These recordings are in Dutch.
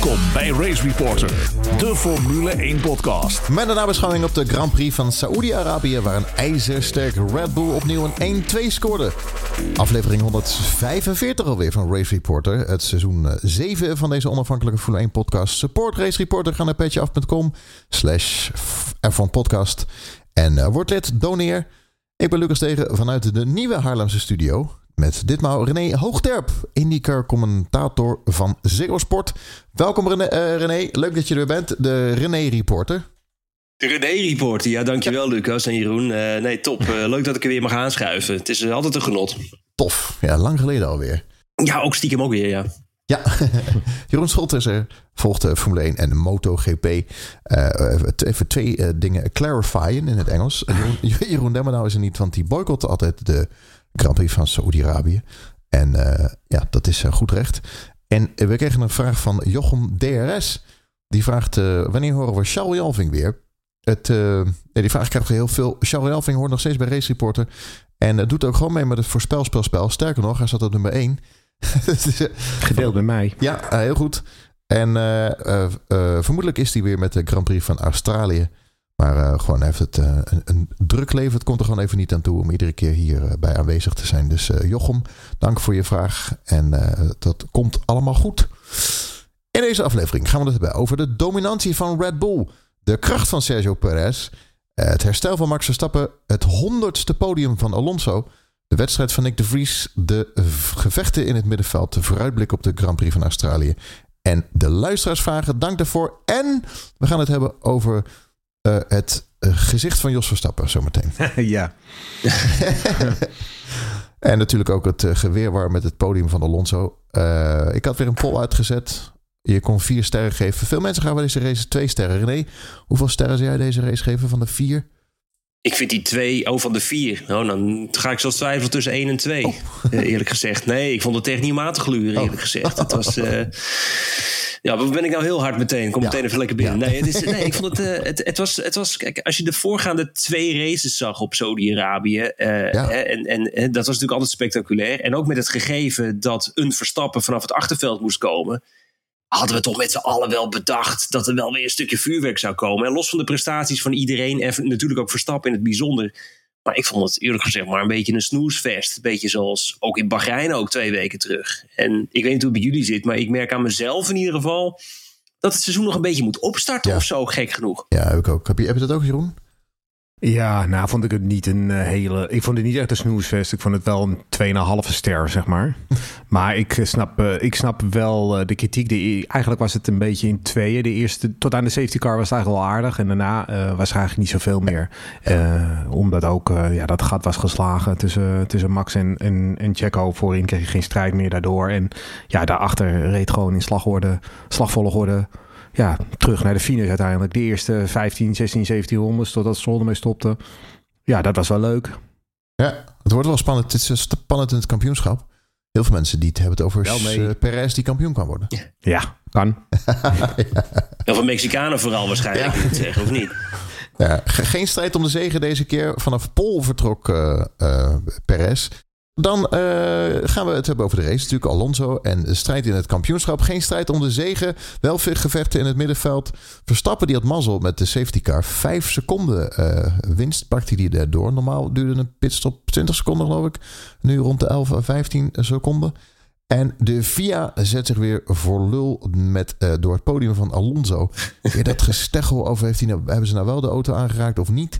Welkom bij Race Reporter, de Formule 1 podcast. Met een nabeschouwing op de Grand Prix van Saoedi-Arabië, waar een ijzersterk Red Bull opnieuw een 1-2 scoorde. Aflevering 145 alweer van Race Reporter. Het seizoen 7 van deze onafhankelijke Formule 1 podcast. Support Race Reporter, ga naar petjeaf.com/F1podcast. En word lid, doneer. Ik ben Lucas Tegen vanuit de nieuwe Haarlemse studio. Met ditmaal René Hoogterp, IndyCar-commentator van Ziggo Sport. Welkom René, leuk dat je er bent. De René Reporter. De René Reporter, ja dankjewel Lucas en Jeroen. Nee, top. Leuk dat ik er weer mag aanschuiven. Het is altijd een genot. Tof, ja, lang geleden alweer. Ja, ook stiekem ook weer, ja. Ja, Jeroen Scholteser volgt Formule 1 en MotoGP. Even twee dingen clarifyen in het Engels. Jeroen Demmenau is er niet, want die boycott altijd de Grand Prix van Saoedi-Arabië. En ja, dat is goed recht. En we kregen een vraag van Jochem DRS. Die vraagt, wanneer horen we Charles Jalving weer? Die vraag krijgt heel veel. Charles Jalving hoort nog steeds bij Race Reporter. En doet ook gewoon mee met het voorspelspel. Sterker nog, hij zat op nummer 1. Gedeeld bij mij. Ja, heel goed. En vermoedelijk is hij weer met de Grand Prix van Australië. Maar gewoon heeft het een druk leven. Het komt er gewoon even niet aan toe om iedere keer hierbij aanwezig te zijn. Dus Jochem, dank voor je vraag. En dat komt allemaal goed. In deze aflevering gaan we het hebben over de dominantie van Red Bull. De kracht van Sergio Perez. Het herstel van Max Verstappen. Het 100ste podium van Alonso. De wedstrijd van Nick de Vries. De gevechten in het middenveld. De vooruitblik op de Grand Prix van Australië. En de luisteraarsvragen. Dank daarvoor. En we gaan het hebben over het gezicht van Jos Verstappen zometeen. Ja. En natuurlijk ook het geweerwar met het podium van Alonso. Ik had weer een poll uitgezet. Je kon 4 sterren geven. Veel mensen gaan bij deze race 2 sterren. René, hoeveel sterren zou jij deze race geven van de 4? Ik vind die 2, van de 4. Nou, dan ga ik zelfs twijfelen tussen 1 en 2. Eerlijk gezegd. Nee, ik vond het echt niet om aan te gluren, eerlijk gezegd. Het was... Ja, maar ben ik nou heel hard meteen? Kom meteen even lekker binnen. Ja. Nee, ik vond het was... Kijk, als je de voorgaande 2 races zag op Saudi-Arabië... En dat was natuurlijk altijd spectaculair. En ook met het gegeven dat een Verstappen vanaf het achterveld moest komen... hadden we toch met z'n allen wel bedacht dat er wel weer een stukje vuurwerk zou komen. En los van de prestaties van iedereen en natuurlijk ook Verstappen in het bijzonder... Maar ik vond het eerlijk gezegd maar een beetje een snoesfest. Een beetje zoals ook in Bahrein ook 2 weken terug. En ik weet niet hoe het bij jullie zit, maar ik merk aan mezelf in ieder geval... dat het seizoen nog een beetje moet opstarten of zo, gek genoeg. Ja, heb ik ook. Heb je dat ook, Jeroen? Ja, nou vond ik het niet een hele... Ik vond het niet echt een snoesfest. Ik vond het wel een 2,5 ster, zeg maar. Maar ik snap wel de kritiek. Eigenlijk was het een beetje in tweeën. De eerste, tot aan de safety car was het eigenlijk wel aardig. En daarna was er eigenlijk niet zoveel meer. Omdat ook dat gat was geslagen tussen Max en Checo. Voorin kreeg je geen strijd meer daardoor. En ja, daarachter reed gewoon in slagvolgorde... Ja, terug naar de finish uiteindelijk. De eerste 15, 16, 17 rondes totdat Stroll ermee stopte. Ja, dat was wel leuk. Ja, het wordt wel spannend. Het is spannend in het kampioenschap. Heel veel mensen die het hebben het over Perez die kampioen kan worden. Ja, kan. Heel veel Mexicanen vooral waarschijnlijk, moet zeggen, of niet? Ja, geen strijd om de zege deze keer. Vanaf Pol vertrok Perez. Dan gaan we het hebben over de race. Natuurlijk Alonso en de strijd in het kampioenschap. Geen strijd om de zege. Wel veel gevechten in het middenveld. Verstappen die had mazzel met de safety car. 5 seconden winst pakte hij daardoor. Normaal duurde een pitstop 20 seconden geloof ik. Nu rond de 11 à 15 seconden. En de FIA zet zich weer voor lul door het podium van Alonso. Weer dat gesteggel over hebben ze nou wel de auto aangeraakt of niet?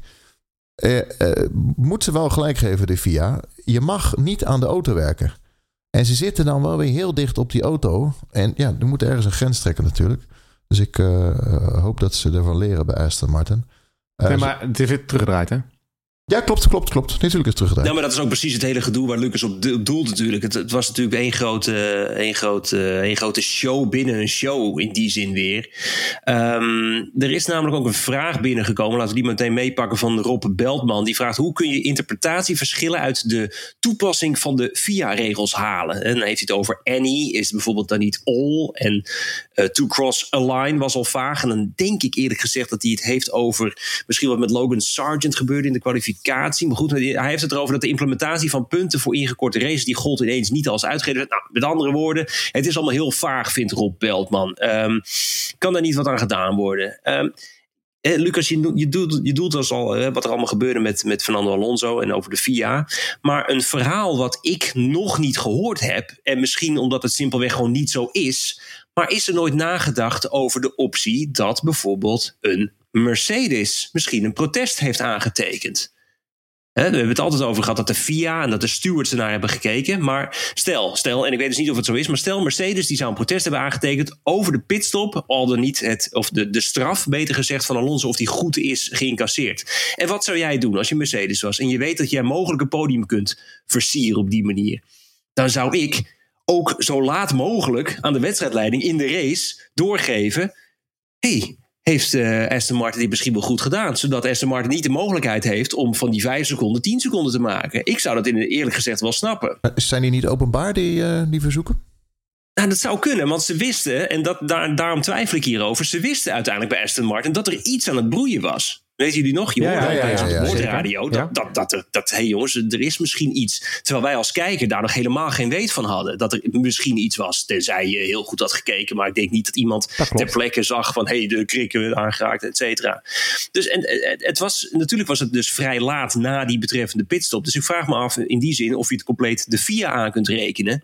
Moet ze wel gelijk geven, de FIA. Je mag niet aan de auto werken. En ze zitten dan wel weer heel dicht op die auto. En ja, er moet ergens een grens trekken natuurlijk. Dus ik hoop dat ze ervan leren bij Aston Martin. Nee, maar het is weer teruggedraaid, hè? Ja, klopt. Natuurlijk is het teruggedraaid. Ja, maar dat is ook precies het hele gedoe waar Lucas op doelt natuurlijk. Het was natuurlijk één grote show binnen een show in die zin weer. Er is namelijk ook een vraag binnengekomen. Laten we die meteen meepakken van Rob Beltman. Die vraagt: hoe kun je interpretatieverschillen uit de toepassing van de FIA-regels halen? En dan heeft hij het over any, is het bijvoorbeeld dan niet all. En to cross a line was al vaag. En dan denk ik eerlijk gezegd dat hij het heeft over misschien wat met Logan Sargent gebeurde in de kwalificatie. kwalificatie. Maar goed, hij heeft het erover dat de implementatie van punten voor ingekorte races, die gold ineens niet als uitgegeven. Nou, met andere woorden, het is allemaal heel vaag, vindt Rob Beltman. Kan daar niet wat aan gedaan worden? Lucas, je doelt als al wat er allemaal gebeurde met Fernando Alonso en over de FIA. Maar een verhaal wat ik nog niet gehoord heb, en misschien omdat het simpelweg gewoon niet zo is, maar is er nooit nagedacht over de optie dat bijvoorbeeld een Mercedes misschien een protest heeft aangetekend? We hebben het altijd over gehad dat de FIA en dat de stewards ernaar hebben gekeken. Maar stel, en ik weet dus niet of het zo is, maar stel Mercedes die zou een protest hebben aangetekend over de pitstop, al dan niet de straf, beter gezegd, van Alonso, of die goed is geïncasseerd. En wat zou jij doen als je Mercedes was en je weet dat jij mogelijk een podium kunt versieren op die manier? Dan zou ik ook zo laat mogelijk aan de wedstrijdleiding in de race doorgeven: heeft Aston Martin dit misschien wel goed gedaan, zodat Aston Martin niet de mogelijkheid heeft om van die 5 seconden 10 seconden te maken. Ik zou dat eerlijk gezegd wel snappen. Zijn die niet openbaar, die verzoeken? Nou, dat zou kunnen, want ze wisten, en daarom twijfel ik hierover, ze wisten uiteindelijk bij Aston Martin dat er iets aan het broeien was. Weten jullie nog? Je hoorde op de boordradio dat hey jongens, er is misschien iets. Terwijl wij als kijker daar nog helemaal geen weet van hadden. Dat er misschien iets was, tenzij je heel goed had gekeken. Maar ik denk niet dat iemand ter plekke zag van de krikken aangeraakt, et cetera. Dus natuurlijk was het dus vrij laat na die betreffende pitstop. Dus ik vraag me af in die zin of je het compleet de FIA aan kunt rekenen.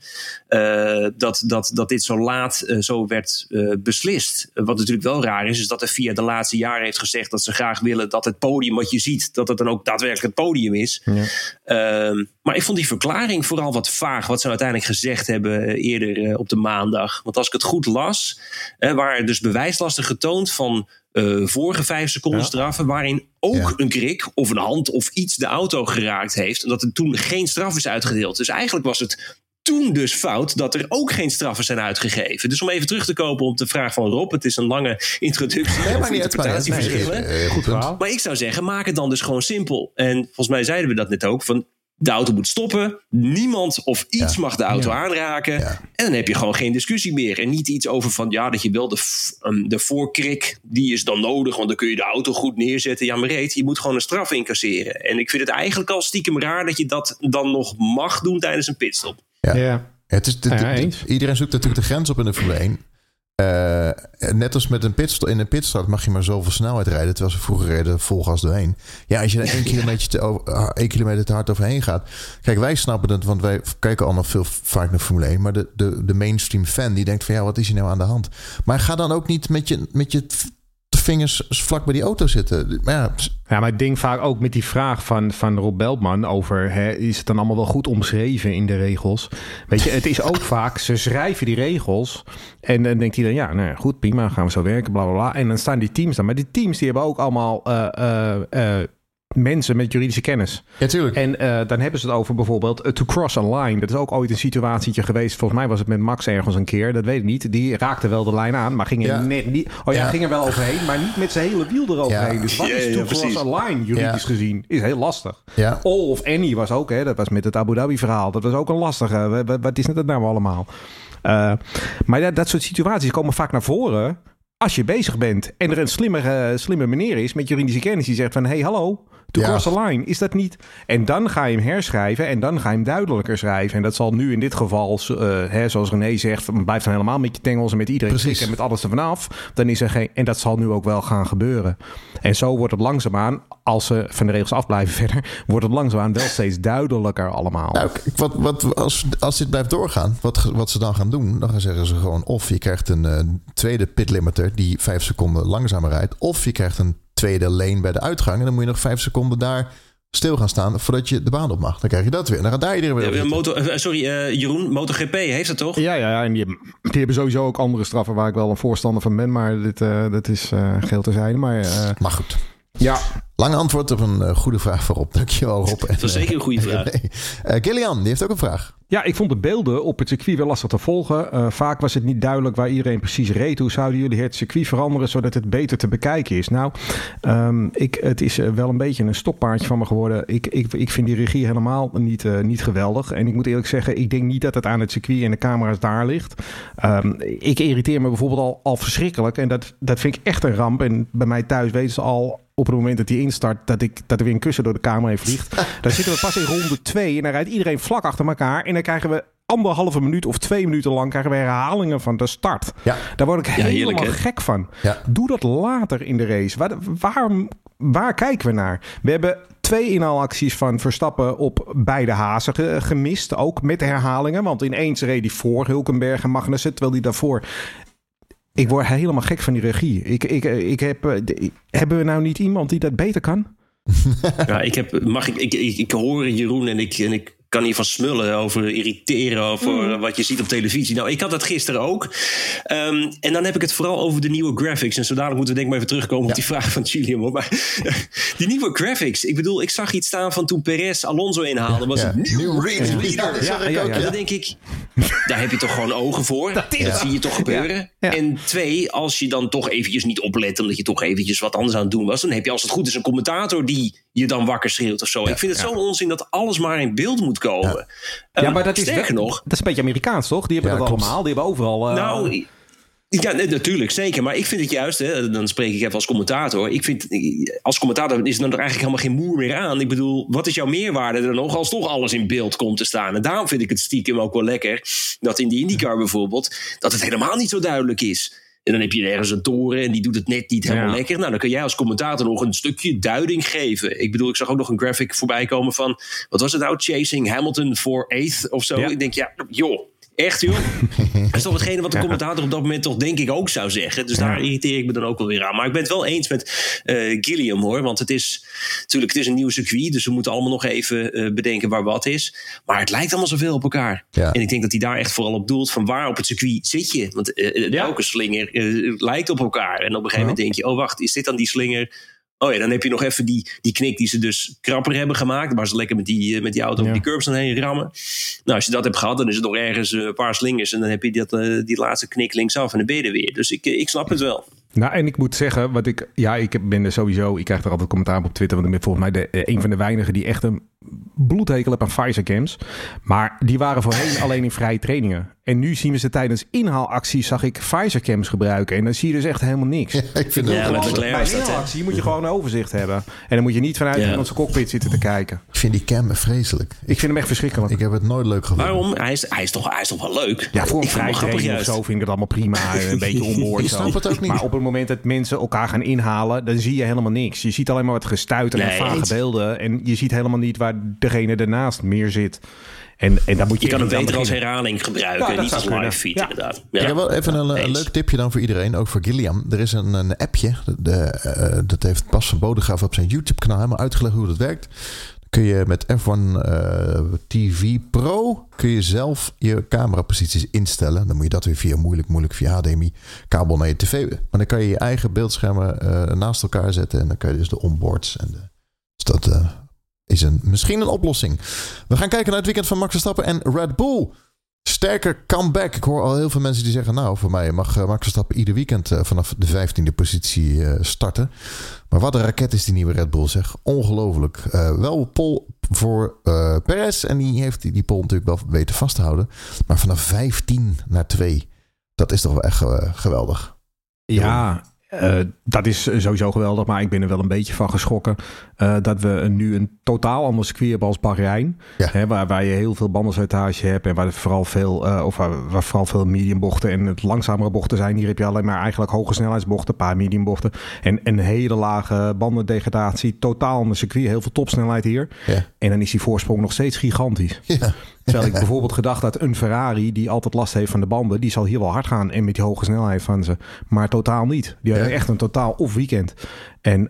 Dat dit zo laat zo werd beslist. Wat natuurlijk wel raar is dat de FIA de laatste jaren heeft gezegd dat ze graag willen dat het podium wat je ziet, dat het dan ook daadwerkelijk het podium is. Ja. Maar ik vond die verklaring vooral wat vaag, wat ze uiteindelijk gezegd hebben eerder op de maandag. Want als ik het goed las, waren dus bewijslasten getoond van vorige 5 seconden straffen, waarin ook een krik of een hand of iets de auto geraakt heeft, en dat er toen geen straf is uitgedeeld. Dus eigenlijk was het toen dus fout dat er ook geen straffen zijn uitgegeven. Dus om even terug te komen op de vraag van Rob, het is een lange introductie over interpretatieverschillen. Goed, maar ik zou zeggen, maak het dan dus gewoon simpel. En volgens mij zeiden we dat net ook, van de auto moet stoppen, niemand of iets mag de auto aanraken, en dan heb je gewoon geen discussie meer. En niet iets over van dat je wel de voorkrik, die is dan nodig, want dan kun je de auto goed neerzetten. Ja, maar reet, je moet gewoon een straf incasseren. En ik vind het eigenlijk al stiekem raar dat je dat dan nog mag doen tijdens een pitstop. Het is iedereen zoekt natuurlijk de grens op in de Formule 1. Net als met in een pitstop mag je maar zoveel snelheid rijden, terwijl ze vroeger reden vol gas doorheen. Ja, als je er 1 kilometer te hard overheen gaat. Kijk, wij snappen het, want wij kijken al nog veel vaak naar Formule 1. Maar de mainstream fan die denkt van wat is hier nou aan de hand? Maar ga dan ook niet met je vingers vlak bij die auto zitten. Maar ik denk vaak ook met die vraag van Rob Beltman over is het dan allemaal wel goed omschreven in de regels? Weet je, het is ook vaak, ze schrijven die regels en dan denkt hij dan goed, prima, gaan we zo werken, bla bla bla. En dan staan die teams daar. Maar die teams die hebben ook allemaal mensen met juridische kennis. Ja, tuurlijk. En dan hebben ze het over bijvoorbeeld to cross a line. Dat is ook ooit een situatietje geweest. Volgens mij was het met Max ergens een keer. Dat weet ik niet. Die raakte wel de lijn aan, maar ging er net niet. Ging er wel overheen, maar niet met zijn hele wiel eroverheen. Ja. Dus wat is to cross a line juridisch gezien? Is heel lastig. Ja. All of any was ook, dat was met het Abu Dhabi verhaal. Dat was ook een lastige. Wat is dat nou allemaal? Maar dat soort situaties komen vaak naar voren als je bezig bent en er een slimme meneer is met juridische kennis die zegt van hallo, to cross a line, is dat niet? En dan ga je hem herschrijven en dan ga je hem duidelijker schrijven. En dat zal nu in dit geval, zoals René zegt, blijf dan helemaal met je tengels en met iedereen klikken en met alles ervan af. Dan is er geen, en dat zal nu ook wel gaan gebeuren. En zo wordt het langzaamaan, als ze van de regels afblijven verder, wordt het langzaamaan wel steeds duidelijker allemaal. Nou, als dit blijft doorgaan, wat ze dan gaan doen, dan zeggen ze gewoon of je krijgt een tweede pitlimiter die 5 seconden langzamer rijdt, of je krijgt een tweede lane bij de uitgang en dan moet je nog 5 seconden daar stil gaan staan voordat je de baan op mag. Dan krijg je dat weer. En dan gaat daar iedereen weer Jeroen, MotoGP heeft het toch? Ja. En die hebben sowieso ook andere straffen waar ik wel een voorstander van ben, maar dat is geheel terzijde. Maar goed. Ja. Lang antwoord op een goede vraag voorop. Dankjewel, Rob. Dat is zeker een goede vraag. Gillian, die heeft ook een vraag. Ja, ik vond de beelden op het circuit wel lastig te volgen. Vaak was het niet duidelijk waar iedereen precies reed. Hoe zouden jullie het circuit veranderen zodat het beter te bekijken is? Nou, het is wel een beetje een stokpaardje van me geworden. Ik vind die regie helemaal niet geweldig. En ik moet eerlijk zeggen, ik denk niet dat het aan het circuit en de camera's daar ligt. Ik irriteer me bijvoorbeeld al verschrikkelijk. En dat vind ik echt een ramp. En bij mij thuis weten ze al op het moment dat hij instart, dat er weer een kussen door de kamer heen vliegt. Dan zitten we pas in ronde 2 en dan rijdt iedereen vlak achter elkaar. En dan krijgen we 1,5 minuut of 2 minuten lang krijgen we herhalingen van de start. Ja. Daar word ik helemaal gek van. Ja. Doe dat later in de race. Waar kijken we naar? We hebben 2 inhaalacties van Verstappen op beide hazen gemist. Ook met herhalingen. Want ineens reed hij voor Hülkenberg en Magnussen, terwijl hij daarvoor... Ik word helemaal gek van die regie. Hebben we nou niet iemand die dat beter kan? Ja, ik hoor Jeroen en ik kan hiervan smullen over irriteren over wat je ziet op televisie. Nou, ik had dat gisteren ook. En dan heb ik het vooral over de nieuwe graphics. En zo dadelijk moeten we denk ik maar even terugkomen op die vraag van Gilliam. Maar die nieuwe graphics. Ik bedoel, ik zag iets staan van toen Perez Alonso inhaalde. Was het nieuw race leader. Ja. Dan denk ik, daar heb je toch gewoon ogen voor. Dat zie je toch gebeuren. Ja. En 2, als je dan toch eventjes niet oplet, omdat je toch eventjes wat anders aan het doen was, dan heb je als het goed is een commentator die je dan wakker schreeuwt of zo. Ik vind het zo'n onzin dat alles maar in beeld moet komen. Maar dat is sterker nog. Dat is een beetje Amerikaans, toch? Die hebben dat allemaal. Die hebben overal... Ja, natuurlijk, zeker. Maar ik vind het juist, dan spreek ik even als commentator. Ik vind, als commentator is er dan eigenlijk helemaal geen moer meer aan. Ik bedoel, wat is jouw meerwaarde er nog als toch alles in beeld komt te staan? En daarom vind ik het stiekem ook wel lekker dat in de IndyCar bijvoorbeeld, dat het helemaal niet zo duidelijk is. En dan heb je ergens een toren en die doet het net niet helemaal lekker. Nou, dan kun jij als commentator nog een stukje duiding geven. Ik bedoel, ik zag ook nog een graphic voorbij komen van, wat was het nou? Chasing Hamilton for 8th of zo. Ja. Ik denk, joh. Echt, joh. Dat is toch hetgene wat de commentator op dat moment toch denk ik ook zou zeggen. Dus daar irriteer ik me dan ook wel weer aan. Maar ik ben het wel eens met Gilliam, hoor. Want het is een nieuw circuit. Dus we moeten allemaal nog even bedenken waar wat is. Maar het lijkt allemaal zoveel op elkaar. Ja. En ik denk dat hij daar echt vooral op doelt van waar op het circuit zit je. Want elke slinger lijkt op elkaar. En op een gegeven moment denk je, oh wacht, is dit dan die slinger? Oh ja, dan heb je nog even die knik die ze dus krapper hebben gemaakt. Waar ze lekker met die auto op die curbs dan heen rammen. Nou, als je dat hebt gehad, dan is het nog ergens een paar slingers. En dan heb je die laatste knik linksaf en dan ben je er weer. Dus ik snap het wel. Nou, en ik moet zeggen, ik ben er sowieso... Ik krijg er altijd commentaar op Twitter. Want ik ben volgens mij een van de weinigen die echt een bloedhekel heb aan Pfizer-cams. Maar die waren voorheen alleen in vrije trainingen. En nu zien we ze tijdens inhaalacties, zag ik Pfizer-cams gebruiken. En dan zie je dus echt helemaal niks. Ja, ik vind bij een inhaalactie moet je gewoon een overzicht hebben. En dan moet je niet vanuit iemand zijn cockpit zitten te kijken. Ik vind die cam vreselijk. Ik vind hem echt verschrikkelijk. Ik heb het nooit leuk gevonden. Waarom? Hij is toch wel leuk? Ja, voor een vrije training of zo vind ik het allemaal prima. Een beetje onboord. Ik snap het ook niet. Maar op het moment dat mensen elkaar gaan inhalen, dan zie je helemaal niks. Je ziet alleen maar wat gestuiter en vage beelden. En je ziet helemaal niet waar degene ernaast meer zit. En daar moet je kan hem beter als herhaling gebruiken. Niet als live feed, inderdaad. Ja. Ik heb wel even een leuk tipje dan voor iedereen. Ook voor Gilliam. Er is een appje. Dat heeft Bas van Bodegraven op zijn YouTube-kanaal helemaal uitgelegd hoe dat werkt. Kun je met F1 TV Pro kun je zelf je cameraposities instellen. Dan moet je dat weer via moeilijk via HDMI kabel naar je tv. Maar dan kan je je eigen beeldschermen naast elkaar zetten. En dan kan je dus de onboards. Dus dat is misschien een oplossing. We gaan kijken naar het weekend van Max Verstappen en Red Bull. Sterke comeback. Ik hoor al heel veel mensen die zeggen, nou, voor mij mag Max Verstappen ieder weekend vanaf de 15e positie starten. Maar wat een raket is die nieuwe Red Bull, zeg. Ongelooflijk. Wel pole voor Perez. En die heeft die pole natuurlijk wel weten vast te houden. Maar vanaf 15 naar 2. Dat is toch wel echt geweldig. Ja, dat is sowieso geweldig, maar ik ben er wel een beetje van geschrokken dat we nu een totaal ander circuit hebben als Bahrein. Ja. Hè, waar je heel veel bandenslijtage hebt en waar vooral veel mediumbochten en het langzamere bochten zijn. Hier heb je alleen maar eigenlijk hoge snelheidsbochten, een paar mediumbochten en een hele lage bandendegradatie. Totaal ander circuit, heel veel topsnelheid hier. Ja. En dan is die voorsprong nog steeds gigantisch. Ja. Terwijl ik bijvoorbeeld gedacht had, een Ferrari die altijd last heeft van de banden, die zal hier wel hard gaan en met die hoge snelheid van ze. Maar totaal niet. Die hebben echt een totaal off weekend. En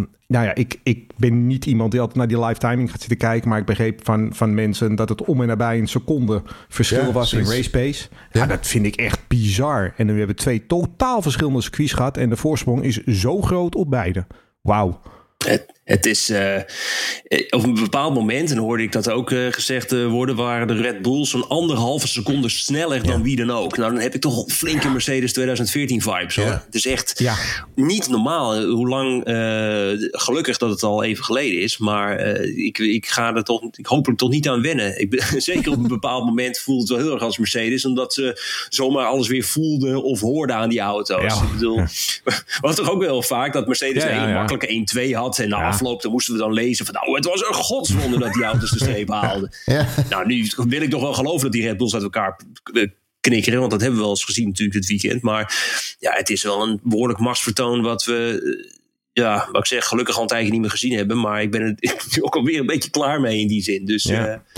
ik ben niet iemand die altijd naar die live timing gaat zitten kijken, maar ik begreep van mensen dat het om en nabij een seconde verschil was in race pace. Ja, dat vind ik echt bizar. En we hebben 2 totaal verschillende circuits gehad en de voorsprong is zo groot op beide. Wauw. Het is op een bepaald moment, en hoorde ik dat ook gezegd worden, waren de Red Bulls zo'n 1,5 seconde sneller dan wie dan ook. Nou, dan heb ik toch een flinke Mercedes 2020 vibes hoor. Het is echt niet normaal hoe lang, gelukkig dat het al even geleden is, maar ik hoop er toch niet aan wennen. Zeker op een bepaald moment voelde het wel heel erg als Mercedes, omdat ze zomaar alles weer voelden of hoorden aan die auto's. Ja. Ik bedoel, was toch ook wel vaak dat Mercedes een makkelijke 1-2 had en na afloop, dan moesten we dan lezen van het was een godswonder dat die auto's de streep haalden. Ja. Nou, nu wil ik toch wel geloven dat die Red Bulls uit elkaar knikkeren, want dat hebben we wel eens gezien natuurlijk dit weekend. Maar ja, het is wel een behoorlijk machtsvertoon wat we, wat ik zeg, gelukkig al een tijdje niet meer gezien hebben. Maar ik ben er ook alweer een beetje klaar mee in die zin. Dus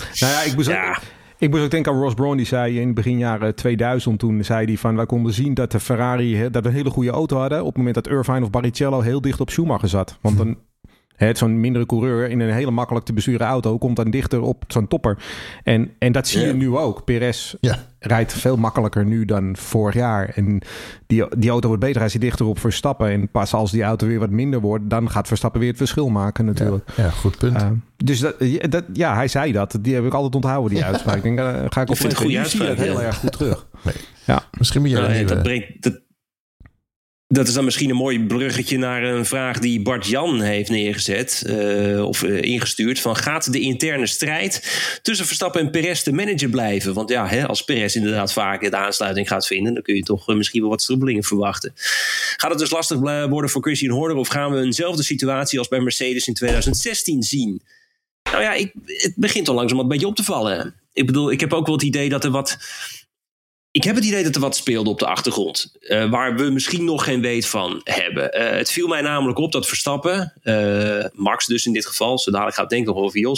ik moest ook denken aan Ross Brawn, die zei in begin jaren 2000, toen zei hij van wij konden zien dat de Ferrari dat we een hele goede auto hadden op het moment dat Irvine of Barrichello heel dicht op Schumacher zat. Want dan zo'n mindere coureur in een hele makkelijk te besturen auto komt dan dichter op zo'n topper. En dat zie je nu ook. Perez rijdt veel makkelijker nu dan vorig jaar. En die auto wordt beter. Hij zit dichter op Verstappen. En pas als die auto weer wat minder wordt, dan gaat Verstappen weer het verschil maken natuurlijk. Ja, goed punt. Dus hij zei dat. Die heb ik altijd onthouden, die uitspraak. Ik denk, ga ik op een goede uitspraak. Zie je dat heel erg goed terug. Nee. Ja. Misschien moet je dat is dan misschien een mooi bruggetje naar een vraag die Bart-Jan heeft neergezet ingestuurd. Van gaat de interne strijd tussen Verstappen en Perez de manager blijven? Want als Perez inderdaad vaak de aansluiting gaat vinden, dan kun je toch misschien wel wat strubbelingen verwachten. Gaat het dus lastig worden voor Christian Horner of gaan we eenzelfde situatie als bij Mercedes in 2016 zien? Nou ja, het begint al langzaam een beetje op te vallen. Ik bedoel, ik heb ook wel het idee dat er wat... Ik heb het idee dat er wat speelde op de achtergrond. Waar we misschien nog geen weet van hebben. Het viel mij namelijk op dat Verstappen, Max dus in dit geval, zo dadelijk gaat het denk ik nog over Jos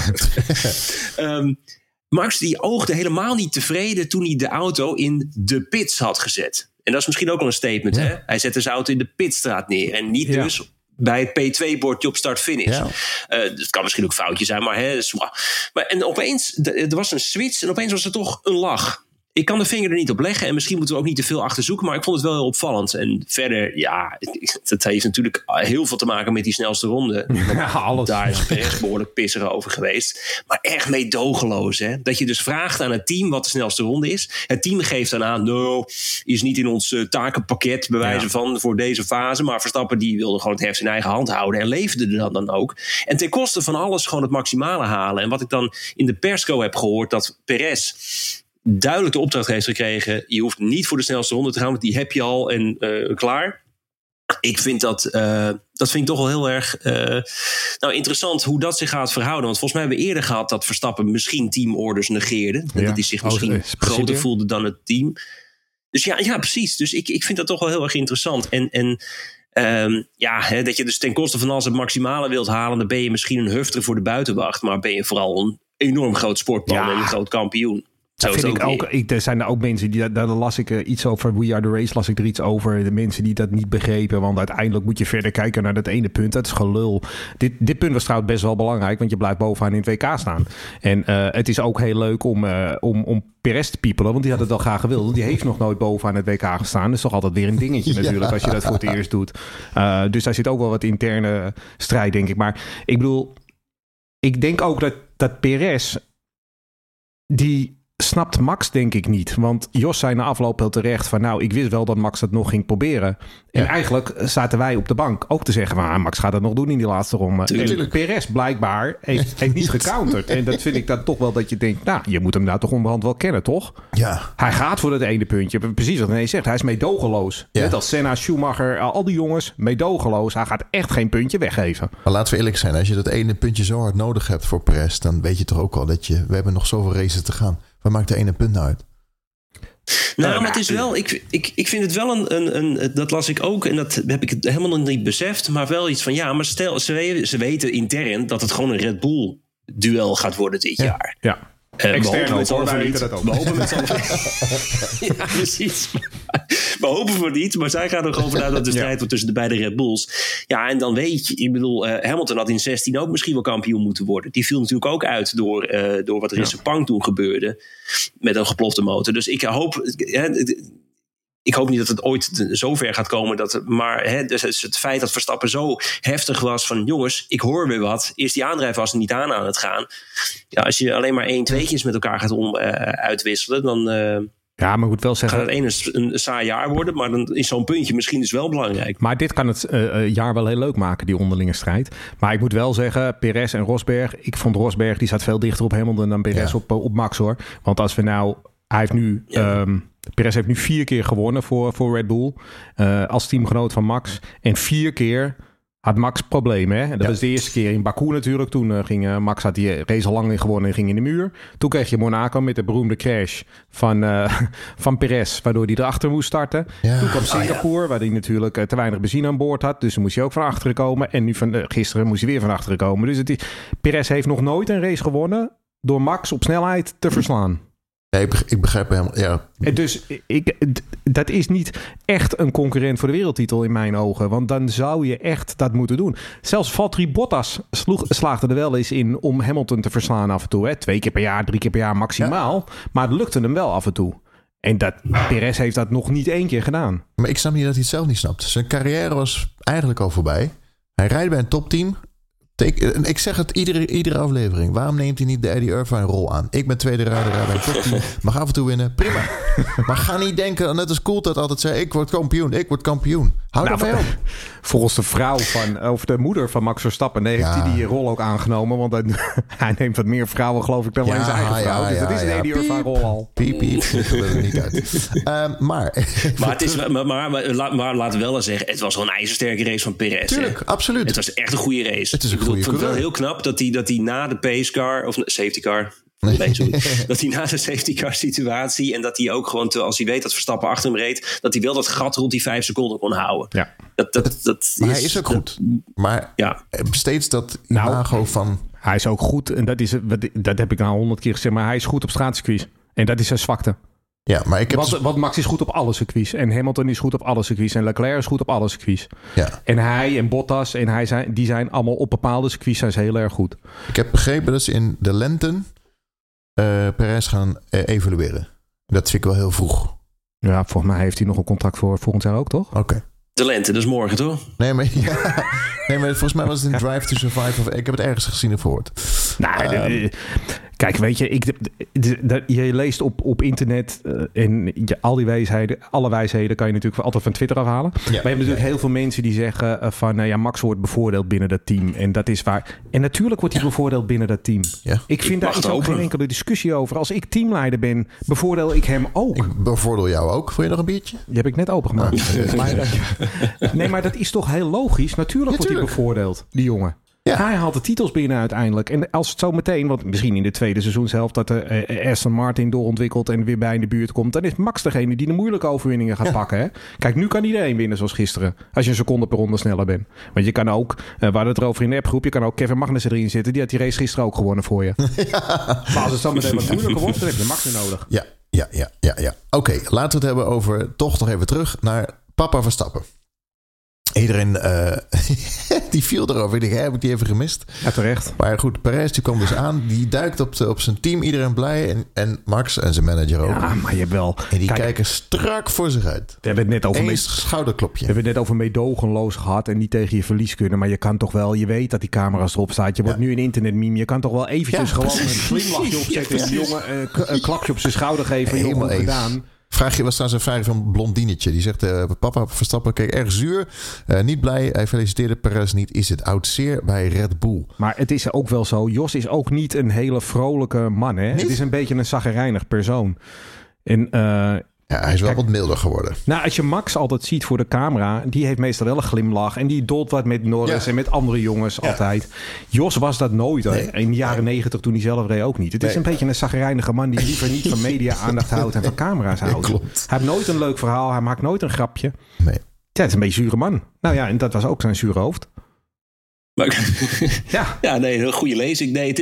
hebben. Max die oogde helemaal niet tevreden toen hij de auto in de pits had gezet. En dat is misschien ook al een statement. Hè? Hij zette zijn auto in de pitstraat neer. En niet dus bij het P2-bordje op start-finish. Ja. Het kan misschien ook een foutje zijn. Maar en opeens, er was een switch en opeens was er toch een lach. Ik kan de vinger er niet op leggen en misschien moeten we ook niet te veel achter zoeken, maar ik vond het wel heel opvallend. En verder, dat heeft natuurlijk heel veel te maken met die snelste ronde. Alles. Daar is Perez behoorlijk pissig over geweest. Maar echt meedogenloos, hè. Dat je dus vraagt aan het team wat de snelste ronde is. Het team geeft dan aan, is niet in ons takenpakket bij wijze van voor deze fase. Maar Verstappen die wilde gewoon het heft in eigen hand houden en leverde er dan ook. En ten koste van alles gewoon het maximale halen. En wat ik dan in de persco heb gehoord, dat Perez duidelijk de opdracht heeft gekregen, je hoeft niet voor de snelste ronde te gaan, want die heb je al en klaar. Ik vind dat vind ik toch wel heel erg interessant hoe dat zich gaat verhouden. Want volgens mij hebben we eerder gehad dat Verstappen misschien teamorders negeerde. En dat hij zich misschien groter voelde dan het team. Dus ja, precies. Dus ik vind dat toch wel heel erg interessant. Dat je dus ten koste van alles het maximale wilt halen, dan ben je misschien een hufter voor de buitenwacht, maar ben je vooral een enorm groot sportman en een groot kampioen. Dat vind ik ook. Er zijn er ook mensen die daar las ik iets over. We Are The Race las ik er iets over. De mensen die dat niet begrepen. Want uiteindelijk moet je verder kijken naar dat ene punt. Dat is gelul. Dit punt was trouwens best wel belangrijk. Want je blijft bovenaan in het WK staan. En het is ook heel leuk om Perez te piepelen. Want die had het wel graag gewild. Want die heeft nog nooit bovenaan het WK gestaan. Dat is toch altijd weer een dingetje natuurlijk. Als je dat voor het eerst doet. Dus daar zit ook wel wat interne strijd, denk ik. Maar ik bedoel, ik denk ook dat Perez, die snapt Max denk ik niet. Want Jos zei na afloop heel terecht van ik wist wel dat Max dat nog ging proberen. En eigenlijk zaten wij op de bank ook te zeggen van Max gaat dat nog doen in die laatste ronde. En Perez blijkbaar heeft niet gecounterd. En dat vind ik dan toch wel dat je denkt, je moet hem nou toch onderhand wel kennen, toch? Ja. Hij gaat voor dat ene puntje. Precies wat René zegt. Hij is meedogenloos. Ja. Net als Senna, Schumacher, al die jongens, meedogenloos. Hij gaat echt geen puntje weggeven. Maar laten we eerlijk zijn. Als je dat ene puntje zo hard nodig hebt voor Perez, dan weet je toch ook al dat we hebben nog zoveel races te gaan. Waar maakt de ene punt nou uit? Maar het is wel, ik vind het wel een dat las ik ook en dat heb ik helemaal nog niet beseft, maar wel iets van maar stel, ze weten intern dat het gewoon een Red Bull duel gaat worden dit jaar. Ja. Extern met z'n allen niet. We hopen met z'n allen. Ja, precies. We hopen voor niet, maar zij gaan er gewoon vanuit dat de strijd wordt tussen de beide Red Bulls. Ja, en dan weet je, ik bedoel, Hamilton had in 2016 ook misschien wel kampioen moeten worden. Die viel natuurlijk ook uit door wat er in Sepang toen gebeurde met een geplofte motor. Dus ik hoop, ik hoop niet dat het ooit zo ver gaat komen. Maar dus het feit dat Verstappen zo heftig was van... jongens, ik hoor weer wat. Is die aandrijf was niet aan het gaan. Ja, als je alleen maar 1-2'tjes met elkaar gaat uitwisselen... dan ja, maar ik moet wel zeggen... gaat het een saai jaar worden. Maar dan is zo'n puntje misschien dus wel belangrijk. Maar dit kan het jaar wel heel leuk maken, die onderlinge strijd. Maar ik moet wel zeggen, Perez en Rosberg... ik vond Rosberg, die staat veel dichter op Hamilton dan Perez op Max, hoor. Want als we nou... Hij heeft nu... Perez heeft nu 4 keer gewonnen voor Red Bull. Als teamgenoot van Max. En 4 keer had Max problemen. Hè? Dat was de eerste keer in Baku natuurlijk. Toen ging Max, had die race al lang in gewonnen en ging in de muur. Toen kreeg je Monaco met de beroemde crash van Perez. Waardoor hij erachter moest starten. Ja. Toen kwam Singapore, waar hij natuurlijk te weinig benzine aan boord had. Dus dan moest hij ook van achteren komen. En nu gisteren moest hij weer van achteren komen. Dus Perez heeft nog nooit een race gewonnen door Max op snelheid te verslaan. Nee, ik begrijp hem. Ja. En dus dat is niet echt een concurrent voor de wereldtitel in mijn ogen. Want dan zou je echt dat moeten doen. Zelfs Valtteri Bottas slaagde er wel eens in om Hamilton te verslaan af en toe. Hè? 2 keer per jaar, 3 keer per jaar maximaal. Ja. Maar het lukte hem wel af en toe. En Perez heeft dat nog niet 1 keer gedaan. Maar ik snap niet dat hij het zelf niet snapt. Zijn carrière was eigenlijk al voorbij. Hij rijdt bij een topteam. Ik zeg het iedere aflevering. Waarom neemt hij niet de Eddie Irvine rol aan? Ik ben tweede rijder bij een topteam. Mag af en toe winnen. Prima. Maar ga niet denken, net als Coulthard altijd zei... ik word kampioen. Hou er mee op. Volgens de vrouw of de moeder van Max Verstappen... heeft hij die rol ook aangenomen. Want hij neemt wat meer vrouwen, geloof ik, dan alleen zijn eigen vrouw. Dus dat is een Eddie Irvine rol al. Piep. Ik wil er niet uit. Maar laten we wel eens zeggen... het was wel een ijzersterke race van Perez. Tuurlijk, absoluut. Het was echt een goede race. Het is een goede Ik vond het wel heel knap dat hij na de pace car... of safety car... dat hij na de safety car situatie... en dat hij ook gewoon, als hij weet dat Verstappen achter hem reed... dat hij wel dat gat rond die 5 seconden kon houden. Ja. Maar hij is ook goed. Maar steeds dat imago van... Hij is ook goed. En dat heb ik nou 100 keer gezegd. Maar hij is goed op straatcircuits. En dat is zijn zwakte. Ja, maar ik heb want Max is goed op alle circuits. En Hamilton is goed op alle circuits. En Leclerc is goed op alle circuits. Ja. En hij en Bottas en die zijn allemaal op bepaalde circuits zijn ze heel erg goed. Ik heb begrepen dat ze in de lente Perez gaan evalueren. Dat vind ik wel heel vroeg. Ja, volgens mij heeft hij nog een contract voor volgend jaar ook, toch? Oké. De lente, dus morgen, toch? Nee, maar volgens mij was het een Drive to Survive. Of ik heb het ergens gezien of gehoord. Kijk, weet je, je leest op internet en alle wijsheden kan je natuurlijk altijd van Twitter afhalen. Ja, maar je hebt natuurlijk heel veel mensen die zeggen van Max wordt bevoordeeld binnen dat team. En dat is waar. En natuurlijk wordt hij bevoordeeld binnen dat team. Ja. Ik vind daar ook geen enkele discussie over. Als ik teamleider ben, bevoordeel ik hem ook. Ik bevoordeel jou ook. Wil je nog een biertje? Die heb ik net opengemaakt. Maar dat is toch heel logisch? Natuurlijk wordt hij bevoordeeld, die jongen. Ja. Hij haalt de titels binnen uiteindelijk. En als het zo meteen, want misschien in de tweede seizoenshelft dat de Aston Martin doorontwikkelt en weer bij in de buurt komt, dan is Max degene die de moeilijke overwinningen gaat pakken. Hè? Kijk, nu kan iedereen winnen zoals gisteren. Als je een seconde per ronde sneller bent. Want je kan ook, we hadden het erover in de appgroep, je kan ook Kevin Magnussen erin zitten. Die had die race gisteren ook gewonnen voor je. Maar als het zo meteen wat moeilijker wordt, dan heb je Max weer nodig. Ja. Oké, laten we het hebben over, toch nog even terug naar papa Verstappen. Iedereen die viel erover. Ik denk, heb ik die even gemist? Ja, terecht. Maar goed, Perez die kwam dus aan. Die duikt op zijn team. Iedereen blij. En Max en zijn manager ook. Ja, maar je hebt wel... En die kijken strak voor zich uit. We hebben het net over schouderklopje. We hebben het net over meedogenloos gehad en niet tegen je verlies kunnen. Maar je kan toch wel... Je weet dat die camera's erop staan. Je wordt nu een internetmeme. Je kan toch wel eventjes gewoon een glimlachje opzetten. En die jongen een klapje op zijn schouder geven. Helemaal goed gedaan. Was trouwens een vraag van Blondinetje. Die zegt, papa Verstappen keek erg zuur. Niet blij. Hij feliciteerde Perez niet. Is het oud zeer bij Red Bull. Maar het is ook wel zo. Jos is ook niet een hele vrolijke man. Hè? Het is een beetje een chagrijnig persoon. En hij is wel wat milder geworden. Nou, als je Max altijd ziet voor de camera, die heeft meestal wel een glimlach. En die dolt wat met Norris en met andere jongens altijd. Jos was dat nooit. Nee. In de jaren 90 toen hij zelf reed ook niet. Het is een beetje een chagrijnige man die liever niet van media aandacht houdt en van camera's houdt. Klopt. Hij heeft nooit een leuk verhaal. Hij maakt nooit een grapje. Nee. Ja, het is een beetje een zure man. Nou ja, en dat was ook zijn zure hoofd. Ja, nee, een goede lezing. Nee,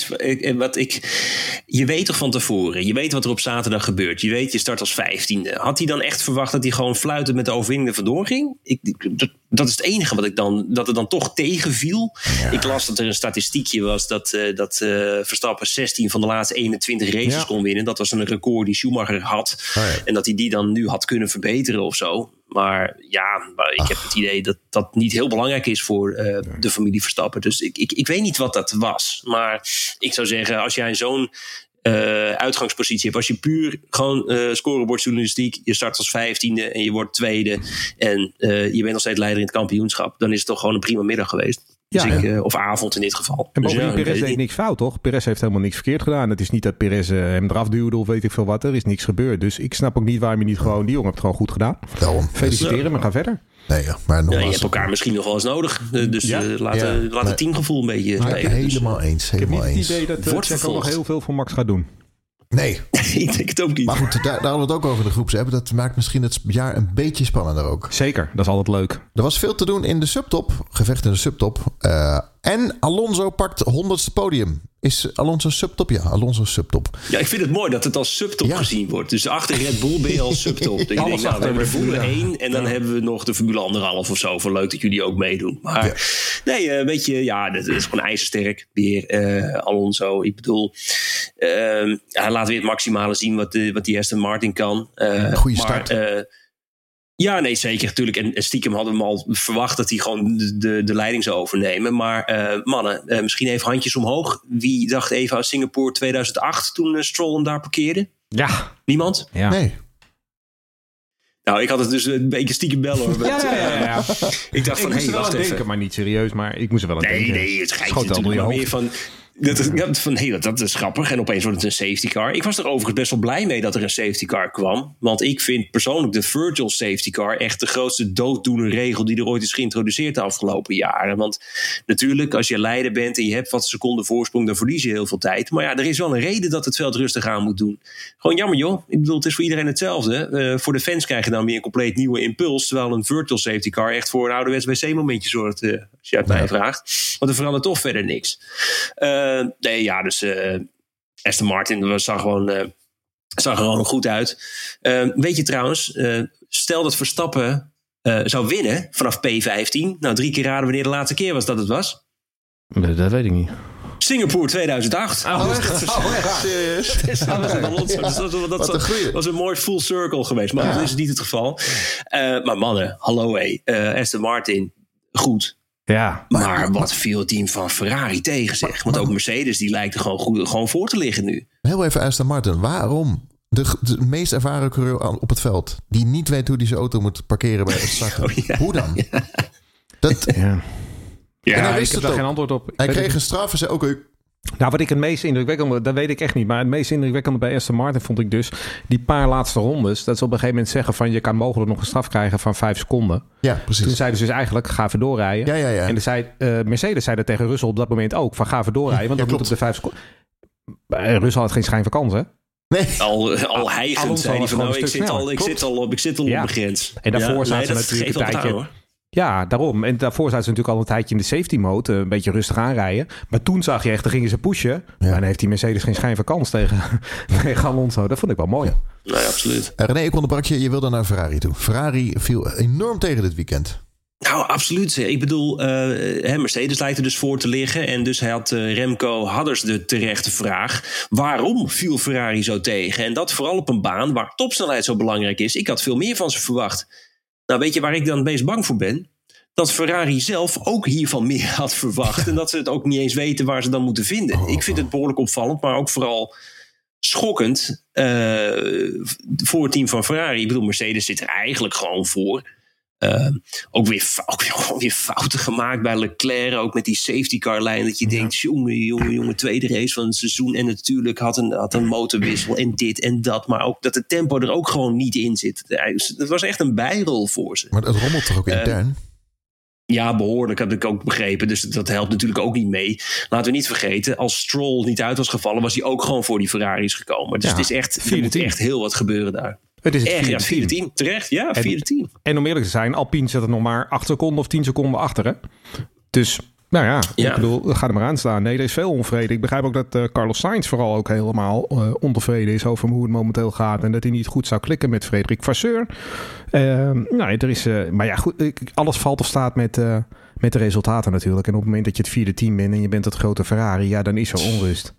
je weet toch van tevoren. Je weet wat er op zaterdag gebeurt. Je weet, je start als 15e. Had hij dan echt verwacht dat hij gewoon fluitend met de overwinning er vandoor ging? Dat is het enige dat er dan toch tegenviel. Ja. Ik las dat er een statistiekje was dat Verstappen 16 van de laatste 21 races kon winnen. Dat was een record die Schumacher had. Oh ja. En dat hij die dan nu had kunnen verbeteren of zo. Maar ik heb het idee dat dat niet heel belangrijk is voor de familie Verstappen. Dus ik weet niet wat dat was. Maar ik zou zeggen, als jij zo'n uitgangspositie hebt, als je puur gewoon scorebordjournalistiek, je start als 15e en je wordt tweede en je bent nog steeds leider in het kampioenschap, dan is het toch gewoon een prima middag geweest. Dus of avond in dit geval. En bovendien, Perez deed niks fout, toch? Perez heeft helemaal niks verkeerd gedaan. Het is niet dat Perez hem eraf duwde of weet ik veel wat. Er is niks gebeurd. Dus ik snap ook niet waarom je niet gewoon... Die jongen heeft het gewoon goed gedaan. Daarom. Feliciteren, maar ga verder. Nee, maar je hebt elkaar misschien nog wel eens nodig. Dus laat het teamgevoel een beetje spelen. Helemaal eens. Ik heb niet het idee dat Checo nog heel veel voor Max gaat doen. Nee. Ik denk het ook niet. Maar goed, daar hadden we het ook over de groepsapp. Dat maakt misschien het jaar een beetje spannender ook. Zeker, dat is altijd leuk. Er was veel te doen in de subtop. Gevecht in de subtop. En Alonso pakt 100ste podium. Is Alonso subtop? Ja, Alonso subtop. Ja, ik vind het mooi dat het als subtop gezien wordt. Dus achter Red Bull ben je als subtop. Ik denk, we hebben de Formule 1 en dan hebben we nog de Formule 1,5 of zo. Voor leuk dat jullie ook meedoen. Maar nee, weet je, dat is gewoon ijzersterk. Weer Alonso. Ik bedoel, hij laat weer het maximale zien wat die Aston Martin kan. Goeie start. Ja, nee, zeker. Natuurlijk. En stiekem hadden we hem al verwacht dat hij gewoon de leiding zou overnemen. Maar mannen, misschien even handjes omhoog. Wie dacht even aan Singapore 2008 toen Stroll hem daar parkeerde? Ja. Niemand? Ja. Nee. Nou, ik had het dus een beetje stiekem bellen hoor. Ja. Ik dacht van, wacht even. Denken, maar niet serieus, maar ik moest er wel aan denken. Nee, het schijnt natuurlijk wel meer van... Dat is grappig. En opeens wordt het een safety car. Ik was er overigens best wel blij mee dat er een safety car kwam. Want ik vind persoonlijk de Virtual safety car echt de grootste dooddoener regel die er ooit is geïntroduceerd de afgelopen jaren. Want natuurlijk, als je leider bent en je hebt wat seconden voorsprong, dan verlies je heel veel tijd. Maar er is wel een reden dat het veld rustig aan moet doen. Gewoon jammer joh. Ik bedoel, het is voor iedereen hetzelfde. Voor de fans krijg je dan weer een compleet nieuwe impuls. Terwijl een Virtual safety car echt voor een ouderwets wc-momentje zorgt. Als je het mij vraagt. Want er verandert toch verder niks. Dus Aston Martin zag er gewoon goed uit. Weet je trouwens, stel dat Verstappen zou winnen vanaf P15. Nou, 3 keer raden wanneer de laatste keer was dat het was. Dat weet ik niet. Singapore 2008. Dat was een mooi full circle geweest. Maar dat is niet het geval. Maar mannen, hallo Aston Martin, goed. Ja, maar wat viel het team van Ferrari tegen zich? Want ook Mercedes die lijkt er gewoon voor te liggen nu. Heel even Aston Martin. Waarom de meest ervaren coureur op het veld, die niet weet hoe hij zijn auto moet parkeren bij het starten? Hoe dan? Ja, ik heb daar geen antwoord op. Hij kreeg een straf en zei ook... Nou, wat ik het meest indrukwekkende, dat weet ik echt niet. Maar het meest indrukwekkende bij Aston Martin vond ik dus die paar laatste rondes. Dat ze op een gegeven moment zeggen van je kan mogelijk nog een straf krijgen van 5 seconden. Ja, precies. Toen zeiden ze dus eigenlijk ga even doorrijden. Ja. En Mercedes zei dat tegen Russell op dat moment ook van ga even doorrijden. Want dan moet op de 5 seconden. Russell had geen schijn van kans, hè? Nee. Al hijgend zei hij van nou, ik zit al op de grens. En daarvoor zaten ze natuurlijk een tijdje... Ja, daarom. En daarvoor zaten ze natuurlijk al een tijdje in de safety mode. Een beetje rustig aanrijden. Maar toen zag je echt, dan gingen ze pushen. Ja. En dan heeft die Mercedes geen schijn van kans tegen Alonso. Dat vond ik wel mooi. Ja. Nee, absoluut. René, ik onderbrak je. Je wilde naar Ferrari toe. Ferrari viel enorm tegen dit weekend. Nou, absoluut. Ik bedoel, Mercedes lijkt er dus voor te liggen. En dus had Remco Hadders de terechte vraag. Waarom viel Ferrari zo tegen? En dat vooral op een baan waar topsnelheid zo belangrijk is. Ik had veel meer van ze verwacht. Nou, weet je waar ik dan het meest bang voor ben? Dat Ferrari zelf ook hiervan meer had verwacht. En dat ze het ook niet eens weten waar ze dan moeten vinden. Ik vind het behoorlijk opvallend, maar ook vooral schokkend voor het team van Ferrari. Ik bedoel, Mercedes zit er eigenlijk gewoon voor. Ook weer fouten gemaakt bij Leclerc. Ook met die safety car lijn. Dat je denkt, jongen, tweede race van het seizoen. En natuurlijk had een motorwissel en dit en dat. Maar ook dat het tempo er ook gewoon niet in zit. Het was echt een bijrol voor ze. Maar het rommelt toch ook intern? Ja, behoorlijk, had ik ook begrepen. Dus dat helpt natuurlijk ook niet mee. Laten we niet vergeten, als Stroll niet uit was gevallen, was hij ook gewoon voor die Ferraris gekomen. Dus het is echt, er moet echt heel wat gebeuren daar. Het is het vierde team. Terecht, vierde team. En om eerlijk te zijn, Alpine zit er nog maar 8 seconden of 10 seconden achter. Hè? Dus Nou ja, ik bedoel, ga er maar aan staan. Nee, er is veel onvrede. Ik begrijp ook dat Carlos Sainz vooral ook helemaal ontevreden is over hoe het momenteel gaat. En dat hij niet goed zou klikken met Frederik Vasseur. Er is, maar ja, goed, alles valt of staat met de resultaten natuurlijk. En op het moment dat je het vierde team bent en je bent het grote Ferrari, ja, dan is er onrust.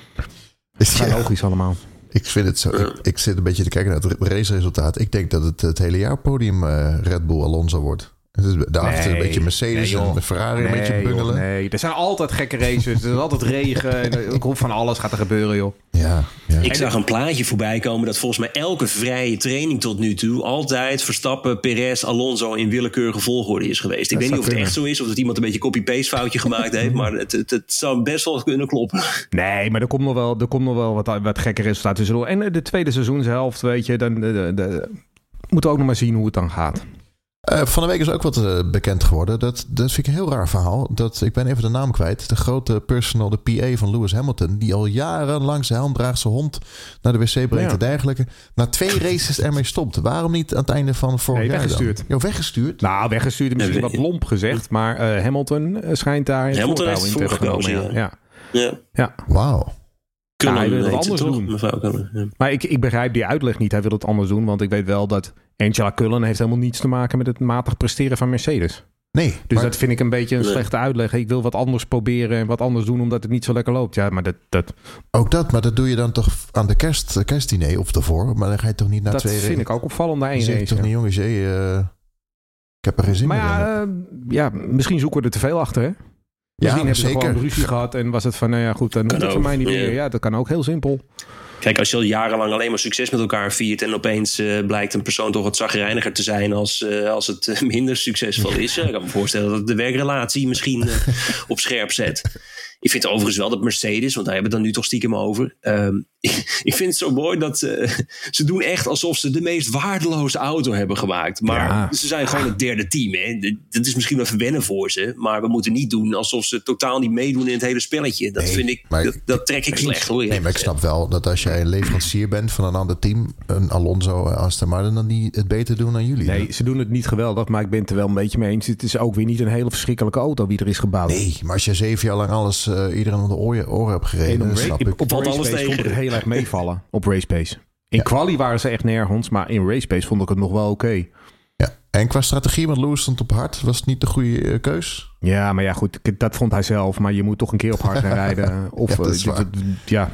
Het is logisch allemaal. Ik vind het zo. Ik zit een beetje te kijken naar het raceresultaat. Ik denk dat het hele jaar podium Red Bull Alonso wordt. Daarachter een beetje Mercedes en Ferrari een beetje bungelen. Nee, er zijn altijd gekke races. Er is altijd regen. Ik hoop van alles gaat er gebeuren, joh. Ja. Ik zag een plaatje voorbij komen dat volgens mij elke vrije training tot nu toe altijd Verstappen, Perez, Alonso in willekeurige volgorde is geweest. Ik weet niet of het echt zo is of dat iemand een beetje copy-paste foutje gemaakt heeft, maar het zou best wel kunnen kloppen. Nee, maar er komt nog wel wat gekke resultaten tussendoor. En de tweede seizoenshelft, weet je, dan moeten we ook nog maar zien hoe het dan gaat. Van de week is ook wat bekend geworden. Dat vind ik een heel raar verhaal. Ik ben even de naam kwijt. De grote personal, de PA van Lewis Hamilton, die al jarenlang zijn helm draagt, zijn hond naar de wc brengt en dergelijke. Na 2 races ermee stopt. Waarom niet aan het einde van vorig jaar weggestuurd. Dan? Weggestuurd? Nou, weggestuurd is misschien wat lomp gezegd. Maar Hamilton schijnt daar in Hamilton heeft in te hebben genomen. Ja. Wauw. Hij wil het anders doen. Maar ik begrijp die uitleg niet. Hij wil het anders doen. Want ik weet wel dat Angela Cullen heeft helemaal niets te maken met het matig presteren van Mercedes. Nee. Dus dat vind ik een beetje een slechte uitleg. Ik wil wat anders proberen en wat anders doen omdat het niet zo lekker loopt. Ja, maar dat... Ook dat, maar dat doe je dan toch aan de kerstdiner of daarvoor. Maar dan ga je toch niet naar 2 races. Dat vind ik ook opvallend na 1 race. Toch niet, jongens, ik heb er geen zin meer in. Misschien zoeken we er te veel achter, hè? Misschien hebben ze gewoon ruzie gehad en was het van, nou ja, goed, dan moet het voor mij niet meer. Ja, dat kan ook heel simpel. Kijk, als je al jarenlang alleen maar succes met elkaar viert en opeens blijkt een persoon toch wat chagrijniger te zijn als het minder succesvol is. Ik kan me voorstellen dat de werkrelatie misschien op scherp zet. Ik vind overigens wel dat Mercedes, want daar hebben we het dan nu toch stiekem over. Ik vind het zo mooi dat ze doen echt alsof ze de meest waardeloze auto hebben gemaakt. Maar ze zijn gewoon het derde team. Hè. Dat is misschien wel verwennen voor ze. Maar we moeten niet doen alsof ze totaal niet meedoen in het hele spelletje. Dat vind ik, dat trek ik slecht, hoor. Nee, maar ik snap wel dat als jij een leverancier bent van een ander team, een Alonso, Aston Martin, dan die het beter doen dan jullie. Nee, ze doen het niet geweldig, maar ik ben het er wel een beetje mee eens. Het is ook weer niet een hele verschrikkelijke auto die er is gebouwd. Nee, maar als je 7 jaar lang alles iedereen om de oren hebt gereden, dan snap ik. Op racepace vond ik het heel erg meevallen. Op racepace. In quali waren ze echt nergens, maar in racepace vond ik het nog wel oké. Ja, en qua strategie, want Lewis stond op hard, was het niet de goede keus? Ja, maar ja, goed, dat vond hij zelf. Maar je moet toch een keer op hard gaan rijden. Of, Heel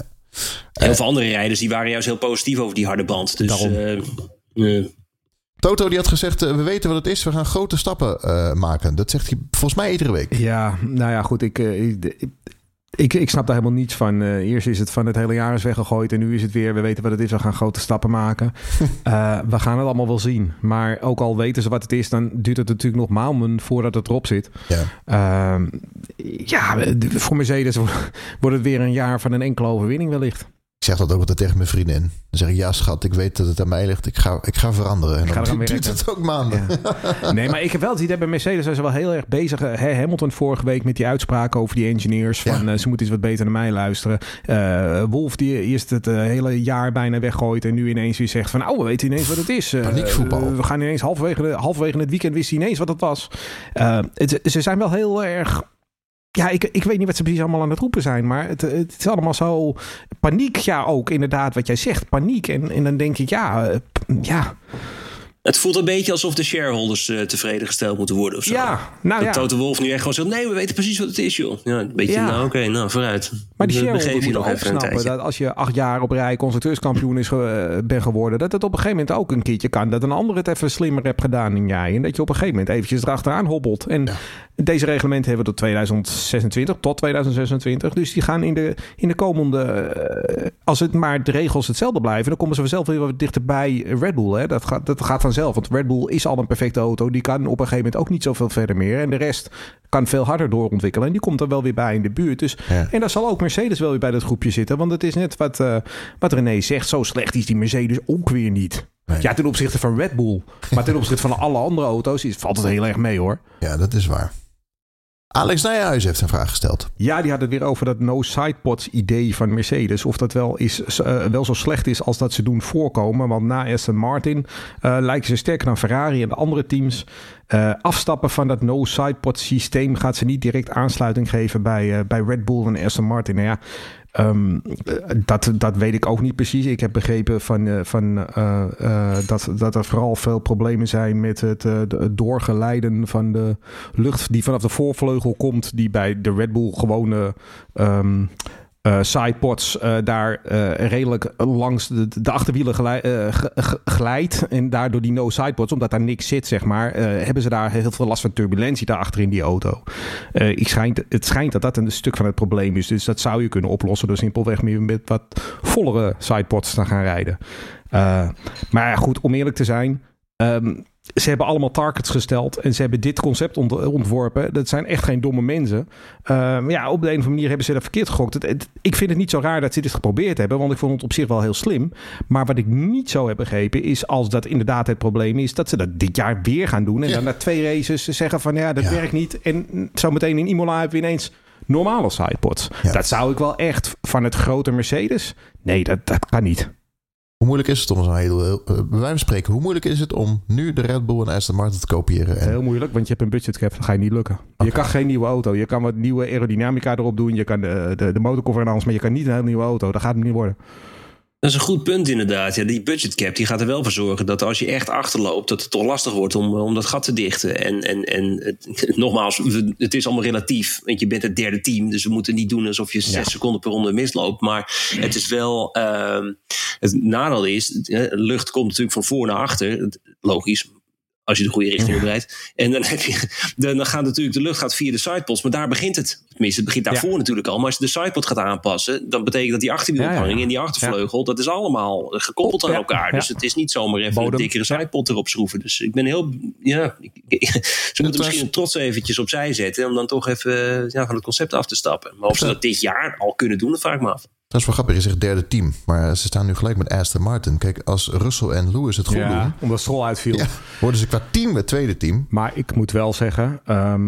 veel andere rijders die waren juist heel positief over die harde band. Dus Toto die had gezegd, we weten wat het is, we gaan grote stappen maken. Dat zegt hij volgens mij iedere week. Ja, nou ja, goed, ik snap daar helemaal niets van. Eerst is het van het hele jaar is weggegooid en nu is het weer, we weten wat het is, we gaan grote stappen maken. We gaan het allemaal wel zien. Maar ook al weten ze wat het is, dan duurt het natuurlijk nog maanden voordat het erop zit. Voor Mercedes wordt het weer een jaar van een enkele overwinning wellicht. Ik zeg dat ook altijd tegen mijn vriendin. Dan zeg ik, ja schat, ik weet dat het aan mij ligt. Ik ga veranderen. En dan duurt het ook maanden. Ja. Nee, maar ik heb wel het idee bij Mercedes zijn ze wel heel erg bezig. Hamilton vorige week met die uitspraken over die engineers. Van ze moeten eens wat beter naar mij luisteren. Wolf die eerst het hele jaar bijna weggooit. En nu ineens weer zegt van, we weten ineens wat het is. Paniekvoetbal. We gaan ineens halverwege het weekend wist hij ineens wat het was. Ze zijn wel heel erg... Ja, ik weet niet wat ze precies allemaal aan het roepen zijn. Maar het is allemaal zo... Paniek, ja ook inderdaad wat jij zegt. Paniek. En dan denk ik, ja... Het voelt een beetje alsof de shareholders tevreden gesteld moeten worden of zo. Ja, nou dat Toto Wolff nu echt gewoon zegt, nee, we weten precies wat het is, joh. Ja, een beetje, vooruit. Maar die shareholders moeten ook snappen dat als je 8 jaar op rij constructeurskampioen bent geworden, dat het op een gegeven moment ook een keertje kan. Dat een ander het even slimmer hebt gedaan dan jij. En dat je op een gegeven moment eventjes erachteraan hobbelt. En deze reglementen hebben we tot 2026. Dus die gaan in de komende... als het maar de regels hetzelfde blijven, dan komen ze vanzelf weer wat dichterbij Red Bull. Hè? Dat gaat vanzelf. Want Red Bull is al een perfecte auto. Die kan op een gegeven moment ook niet zoveel verder meer. En de rest kan veel harder doorontwikkelen. En die komt er wel weer bij in de buurt. Dus, en daar zal ook Mercedes wel weer bij dat groepje zitten. Want het is net wat René zegt. Zo slecht is die Mercedes ook weer niet. Nee. Ja, ten opzichte van Red Bull. Maar ten opzichte van alle andere auto's valt het heel erg mee, hoor. Ja, dat is waar. Alex Nijhuis heeft een vraag gesteld. Ja, die had het weer over dat no sidepods idee van Mercedes. Of dat wel zo slecht is als dat ze doen voorkomen. Want na Aston Martin lijken ze sterker dan Ferrari en de andere teams. Afstappen van dat no sidepod systeem gaat ze niet direct aansluiting geven bij Red Bull en Aston Martin. Nou ja, dat weet ik ook niet precies. Ik heb begrepen dat er vooral veel problemen zijn met het doorgeleiden van de lucht die vanaf de voorvleugel komt, die bij de Red Bull gewone sidepods daar redelijk langs de achterwielen glijdt. En daardoor die no sidepods, omdat daar niks zit, zeg maar, hebben ze daar heel veel last van turbulentie daarachter in die auto. Het schijnt dat dat een stuk van het probleem is. Dus dat zou je kunnen oplossen door simpelweg meer met wat vollere sidepods te gaan rijden. Maar goed, om eerlijk te zijn, ze hebben allemaal targets gesteld en ze hebben dit concept ontworpen. Dat zijn echt geen domme mensen. Maar ja, op de een of andere manier hebben ze dat verkeerd gegokt. Ik vind het niet zo raar dat ze dit geprobeerd hebben, want ik vond het op zich wel heel slim. Maar wat ik niet zo heb begrepen is, als dat inderdaad het probleem is, dat ze dat dit jaar weer gaan doen. En dan na 2 races zeggen van ja, dat werkt niet. En zo meteen in Imola hebben we ineens normale sidepods. Ja. Dat zou ik wel echt van het grote Mercedes. Nee, dat kan niet. Hoe moeilijk is het om zo'n heel bij wijze van spreken, hoe moeilijk is het om nu de Red Bull en Aston Martin te kopiëren? Heel moeilijk, want je hebt een budgetcap, dat ga je niet lukken. Okay. Je kan geen nieuwe auto. Je kan wat nieuwe aerodynamica erop doen. Je kan de motorkoffer en alles, maar je kan niet een hele nieuwe auto. Dat gaat het niet worden. Dat is een goed punt inderdaad. Ja, die budgetcap die gaat er wel voor zorgen dat als je echt achterloopt, dat het toch lastig wordt om dat gat te dichten. En nogmaals, het is allemaal relatief. Want je bent het derde team, dus we moeten niet doen alsof je 6 seconden per ronde misloopt. Maar het is wel, het nadeel is, lucht komt natuurlijk van voor naar achter. Logisch. Als je de goede richting oprijdt. En dan gaat natuurlijk de lucht via de sidepods. Maar daar begint het. Tenminste, het begint daarvoor natuurlijk al. Maar als je de sidepod gaat aanpassen, dan betekent dat die achterwielopvanging en die achtervleugel, dat is allemaal gekoppeld aan elkaar. Dus het is niet zomaar even een dikkere sidepod erop schroeven. Dus ik ben heel, ze moeten misschien een trots eventjes opzij zetten om dan toch even van het concept af te stappen. Maar of ze dat dit jaar al kunnen doen, dat vraag ik me af. Dat is wel grappig, je zegt derde team. Maar ze staan nu gelijk met Aston Martin. Kijk, als Russell en Lewis het goed doen, omdat Stroll uitviel, worden ze qua team het tweede team. Maar ik moet wel zeggen,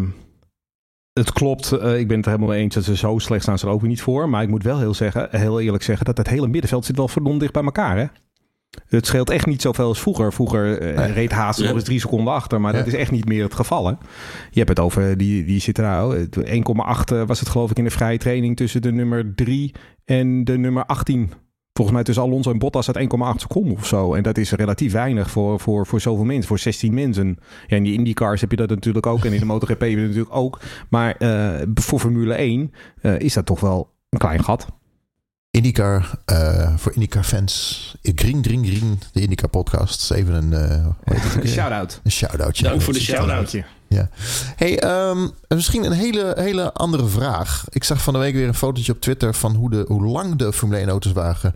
het klopt. Ik ben het er helemaal mee eens dat ze zo slecht staan ze er ook weer niet voor. Maar ik moet wel heel eerlijk zeggen dat het hele middenveld zit wel verdomd dicht bij elkaar, hè? Het scheelt echt niet zoveel als vroeger. Vroeger reed Haas nog eens 3 seconden achter. Maar dat is echt niet meer het geval. Hè? Je hebt het over, die zit er nou. 1,8 was het geloof ik in de vrije training tussen de nummer 3 en de nummer 18. Volgens mij tussen Alonso en Bottas staat 1,8 seconden of zo. En dat is relatief weinig voor zoveel mensen. Voor 16 mensen. Ja, in die IndyCars heb je dat natuurlijk ook. En in de MotoGP heb je dat natuurlijk ook. Maar voor Formule 1 is dat toch wel een klein gat. IndyCar, voor IndyCar-fans. Green, de IndyCar-podcast. Even een shout-out. Een shout-outje. Dank voor de shout-outje. Ja. Hey, misschien een hele andere vraag. Ik zag van de week weer een fotootje op Twitter van hoe lang de Formule 1 auto's waren.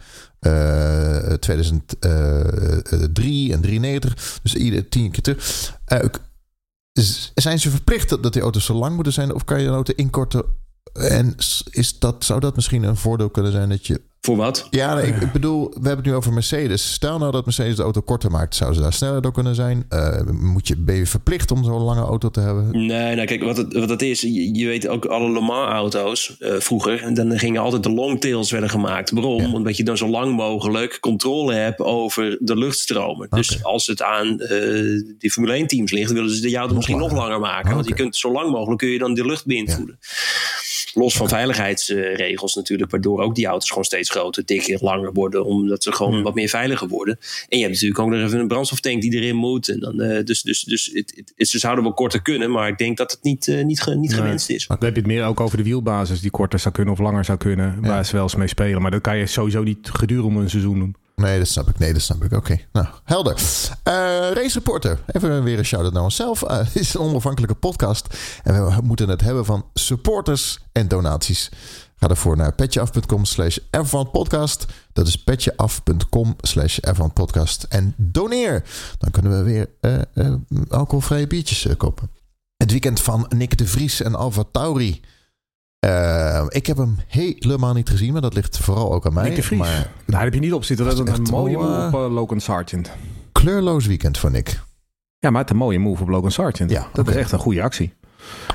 2003 en 93. Dus ieder 10 keer terug. Zijn ze verplicht dat die auto's zo lang moeten zijn? Of kan je de auto inkorten? En zou dat misschien een voordeel kunnen zijn dat je... Voor wat? Ja, nee, ik bedoel, we hebben het nu over Mercedes. Stel nou dat Mercedes de auto korter maakt. Zou ze daar sneller door kunnen zijn? Ben je verplicht om zo'n lange auto te hebben? Nee, nou kijk, wat het is... Je weet ook, alle Le Mans auto's vroeger... En dan gingen altijd de longtails werden gemaakt. Waarom? Ja. Omdat je dan zo lang mogelijk controle hebt over de luchtstromen. Okay. Dus als het aan die Formule 1 teams ligt... willen ze de auto misschien nog langer maken. Okay. Want je kunt zo lang mogelijk kun je dan de lucht beïnvloeden. Ja. Los van veiligheidsregels natuurlijk, waardoor ook die auto's gewoon steeds groter, dikker, langer worden, omdat ze gewoon wat meer veiliger worden. En je hebt natuurlijk ook nog even een brandstoftank die erin moet. En dan, dus ze zouden wel korter kunnen, maar ik denk dat het niet gewenst is. Dan heb je het meer ook over de wielbasis die korter zou kunnen of langer zou kunnen, waar ze wel eens mee spelen. Maar dat kan je sowieso niet gedurende een seizoen doen. Nee, dat snap ik. Oké. Nou, helder. Race Reporter. Even weer een shout-out naar onszelf. Het is een onafhankelijke podcast. En we moeten het hebben van supporters en donaties. Ga daarvoor naar petjeaf.com/F1podcast. Dat is petjeaf.com/F1podcast. En doneer. Dan kunnen we weer alcoholvrije biertjes kopen. Het weekend van Nick de Vries en Alfa Tauri. Ik heb hem helemaal niet gezien, maar dat ligt vooral ook aan mij. Nick de Vries. Maar daar heb je niet op zitten. Dat is een mooie move op Logan Sargent. Kleurloos weekend voor Nick. Ja, maar het is een mooie move op Logan Sargent. Ja, dat is echt een goede actie.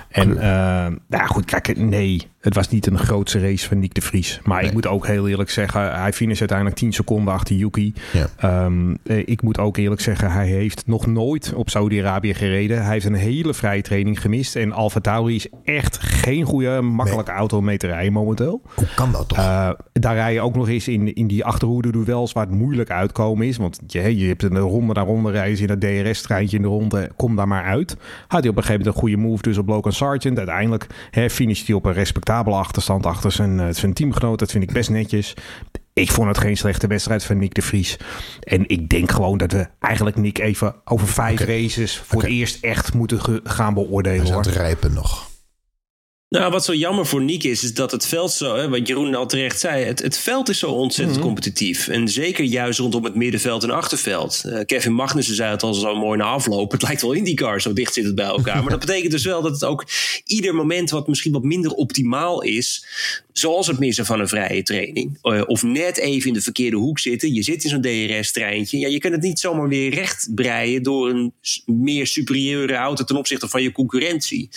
En goed, kijk, nee, het was niet een grootse race van Nick de Vries. Maar ik moet ook heel eerlijk zeggen, hij finisht uiteindelijk 10 seconden achter Yuki. Ja. Ik moet ook eerlijk zeggen, hij heeft nog nooit op Saudi-Arabië gereden. Hij heeft een hele vrije training gemist. En AlphaTauri is echt geen goede, makkelijke auto mee te rijden momenteel. Hoe kan dat toch? Daar rij je ook nog eens in die achterhoede duels waar het moeilijk uitkomen is. Want je hebt een ronde naar ronde rijden in dat DRS-treintje in de ronde. Kom daar maar uit. Had hij op een gegeven moment een goede move dus op Logan Sargent. Uiteindelijk finisht hij op een respectabele achterstand achter zijn teamgenoot. Dat vind ik best netjes. Ik vond het geen slechte wedstrijd van Nick de Vries. En ik denk gewoon dat we eigenlijk Nick even over 5 races voor het eerst echt moeten gaan beoordelen. Hij is aan het rijpen nog. Nou, wat zo jammer voor Nick is dat het veld zo, wat Jeroen al terecht zei, het veld is zo ontzettend competitief. En zeker juist rondom het middenveld en achterveld. Kevin Magnussen zei het al zo mooi na afloop. Het lijkt wel IndyCar, zo dicht zit het bij elkaar. Maar dat betekent dus wel dat het ook ieder moment wat misschien wat minder optimaal is, zoals het missen van een vrije training, of net even in de verkeerde hoek zitten. Je zit in zo'n DRS-treintje. Ja, je kunt het niet zomaar weer recht breien door een meer superieure auto ten opzichte van je concurrentie.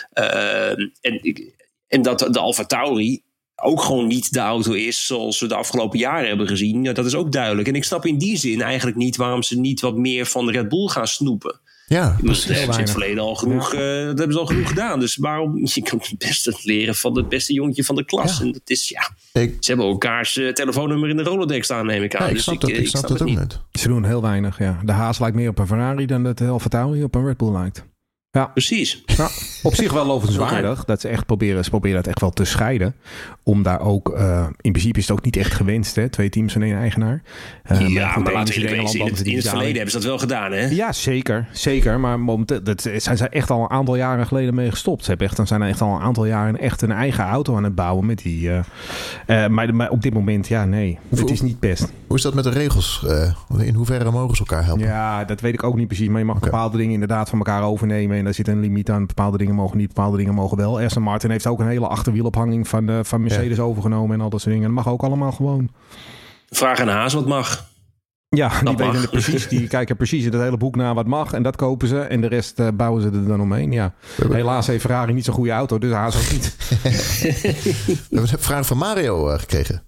En dat de AlphaTauri ook gewoon niet de auto is zoals we de afgelopen jaren hebben gezien. Ja, dat is ook duidelijk. En ik snap in die zin eigenlijk niet waarom ze niet wat meer van de Red Bull gaan snoepen. Ja, dat hebben ze in het verleden al genoeg, dat hebben ze al genoeg gedaan. Dus waarom? Je kan het beste leren van het beste jongetje van de klas. Ja. En dat is, ze hebben elkaars telefoonnummer in de Rolodex staan, neem ik aan. Ja, ik snap het ook niet. Ze doen heel weinig, ja. De Haas lijkt meer op een Ferrari dan dat de AlphaTauri op een Red Bull lijkt. Ja, precies. Ja, op zich wel lovenswaardig. Dat ze echt proberen dat echt wel te scheiden. Om daar ook, in principe is het ook niet echt gewenst, hè? 2 teams en 1 eigenaar. Maar laten we eerlijk wezen, in het verleden hebben ze dat wel gedaan, hè? Ja, zeker. Maar momenteel zijn ze echt al een aantal jaren geleden mee gestopt. Ze zijn echt al een aantal jaren echt een eigen auto aan het bouwen met die. Maar op dit moment, nee. Het is niet best. Hoe is dat met de regels? In hoeverre mogen ze elkaar helpen? Ja, dat weet ik ook niet precies. Maar je mag bepaalde dingen inderdaad van elkaar overnemen. En daar zit een limiet aan. Bepaalde dingen mogen niet, bepaalde dingen mogen wel. Aston Martin heeft ook een hele achterwielophanging van Mercedes overgenomen en al dat soort dingen. Dat mag ook allemaal gewoon. Vraag aan Haas wat mag. Ja, die weten het precies. Die kijken precies in het hele boek naar wat mag. En dat kopen ze. En de rest bouwen ze er dan omheen. Ja. Helaas heeft Ferrari niet zo'n goede auto. Dus Haas ook niet. We hebben een vraag van Mario gekregen.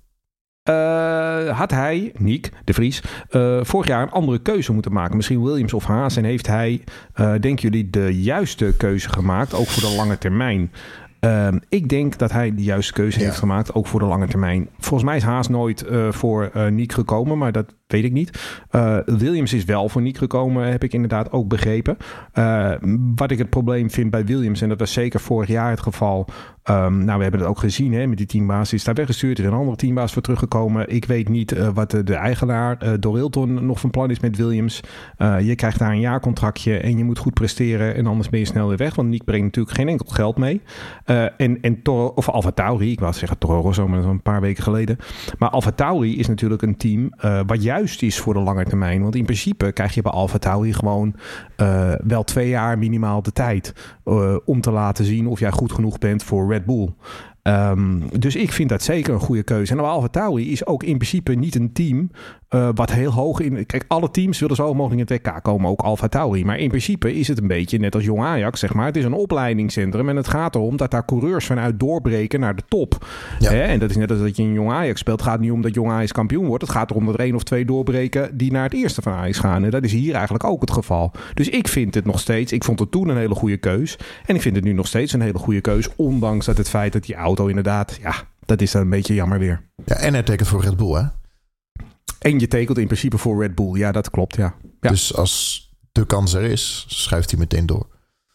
Had hij, Nick de Vries, vorig jaar een andere keuze moeten maken? Misschien Williams of Haas. En heeft hij, denken jullie, de juiste keuze gemaakt? Ook voor de lange termijn. Ik denk dat hij de juiste keuze heeft gemaakt, ook voor de lange termijn. Volgens mij is Haas nooit voor Nick gekomen, maar dat weet ik niet. Williams is wel voor Nick gekomen, heb ik inderdaad ook begrepen. Wat ik het probleem vind bij Williams, en dat was zeker vorig jaar het geval. We hebben het ook gezien met die teambaas. Is daar weggestuurd, er is een andere teambaas voor teruggekomen. Ik weet niet wat de eigenaar, Dorilton, nog van plan is met Williams. Je krijgt daar een jaarcontractje en je moet goed presteren en anders ben je snel weer weg. Want Nick brengt natuurlijk geen enkel geld mee. En Toro, of AlphaTauri, ik wou zeggen Toro Rosso, maar dat is een paar weken geleden. Maar AlphaTauri is natuurlijk een team wat juist is voor de lange termijn. Want in principe krijg je bij AlphaTauri gewoon wel 2 jaar minimaal de tijd om te laten zien of jij goed genoeg bent voor Red Bull. Dus ik vind dat zeker een goede keuze. En AlphaTauri is ook in principe niet een team wat heel hoog in... Kijk, alle teams willen zo hoog mogelijk in het WK komen, ook AlphaTauri. Maar in principe is het een beetje net als Jong Ajax, zeg maar. Het is een opleidingscentrum en het gaat erom dat daar coureurs vanuit doorbreken naar de top. Ja. En dat is net als dat je in Jong Ajax speelt. Het gaat niet om dat Jong Ajax kampioen wordt. Het gaat erom dat er 1 of 2 doorbreken die naar het eerste van Ajax gaan. En dat is hier eigenlijk ook het geval. Dus ik vind het nog steeds... Ik vond het toen een hele goede keus. En ik vind het nu nog steeds een hele goede keus. Ondanks dat het feit dat die auto inderdaad... Ja, dat is dan een beetje jammer weer. Ja, en hij tekent voor Red Bull, hè? En je tekent in principe voor Red Bull. Ja, dat klopt, ja. Dus als de kans er is, schuift hij meteen door.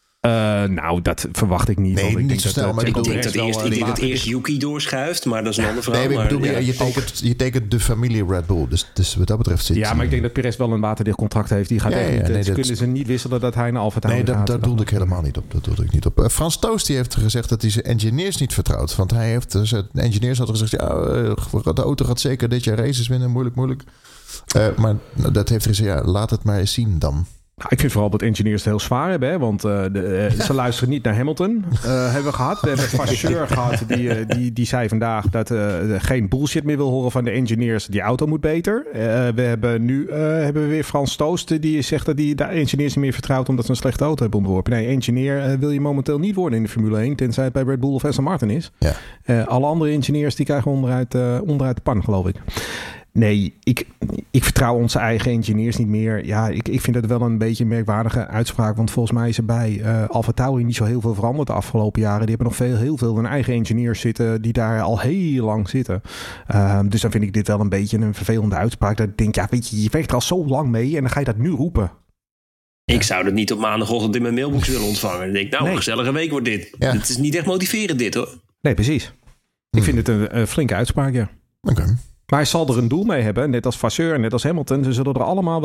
Dat verwacht ik niet. Nee, ik niet denk zo snel. Maar ik denk dat eerst Yuki doorschuift, maar dat is een ander verhaal. Nee, ik bedoel, je tekent de familie Red Bull. Dus wat dat betreft zit... Ja, maar ik denk dat Perez wel een waterdicht contract heeft. Die gaat kunnen ze niet wisselen dat hij naar AlphaTauri gaat. Nee, daar doelde ik helemaal niet op. Frans Toost die heeft gezegd dat hij zijn engineers niet vertrouwt. Want hij heeft zijn engineers hadden gezegd... de auto gaat zeker dit jaar races winnen. Moeilijk. Maar dat heeft hij gezegd, laat het maar eens zien dan. Nou, ik vind vooral dat engineers het heel zwaar hebben. Hè? Want ze luisteren niet naar Hamilton. Hebben we gehad. We hebben Vasseur gehad. Die zei vandaag dat geen bullshit meer wil horen van de engineers. Die auto moet beter. We hebben nu weer Frans Toost. Die zegt dat hij de engineers niet meer vertrouwt omdat ze een slechte auto hebben ontworpen. Nee, engineer wil je momenteel niet worden in de Formule 1. Tenzij het bij Red Bull of Aston Martin is. Ja. Alle andere engineers die krijgen onderuit de pan, geloof ik. Nee, ik vertrouw onze eigen engineers niet meer. Ja, ik vind het wel een beetje een merkwaardige uitspraak. Want volgens mij is er bij AlphaTauri niet zo heel veel veranderd de afgelopen jaren. Die hebben nog heel veel hun eigen engineers zitten die daar al heel lang zitten. Dus dan vind ik dit wel een beetje een vervelende uitspraak. Dat ik denk, ja, weet je werkt er al zo lang mee en dan ga je dat nu roepen. Ik zou dat niet op maandagochtend in mijn mailbox willen ontvangen. Dan denk ik, een gezellige week wordt dit. Ja. Het is niet echt motiverend dit, hoor. Nee, precies. Ik vind het een flinke uitspraak, ja. Oké. Maar hij zal er een doel mee hebben, net als Vasseur en net als Hamilton. Ze zullen er allemaal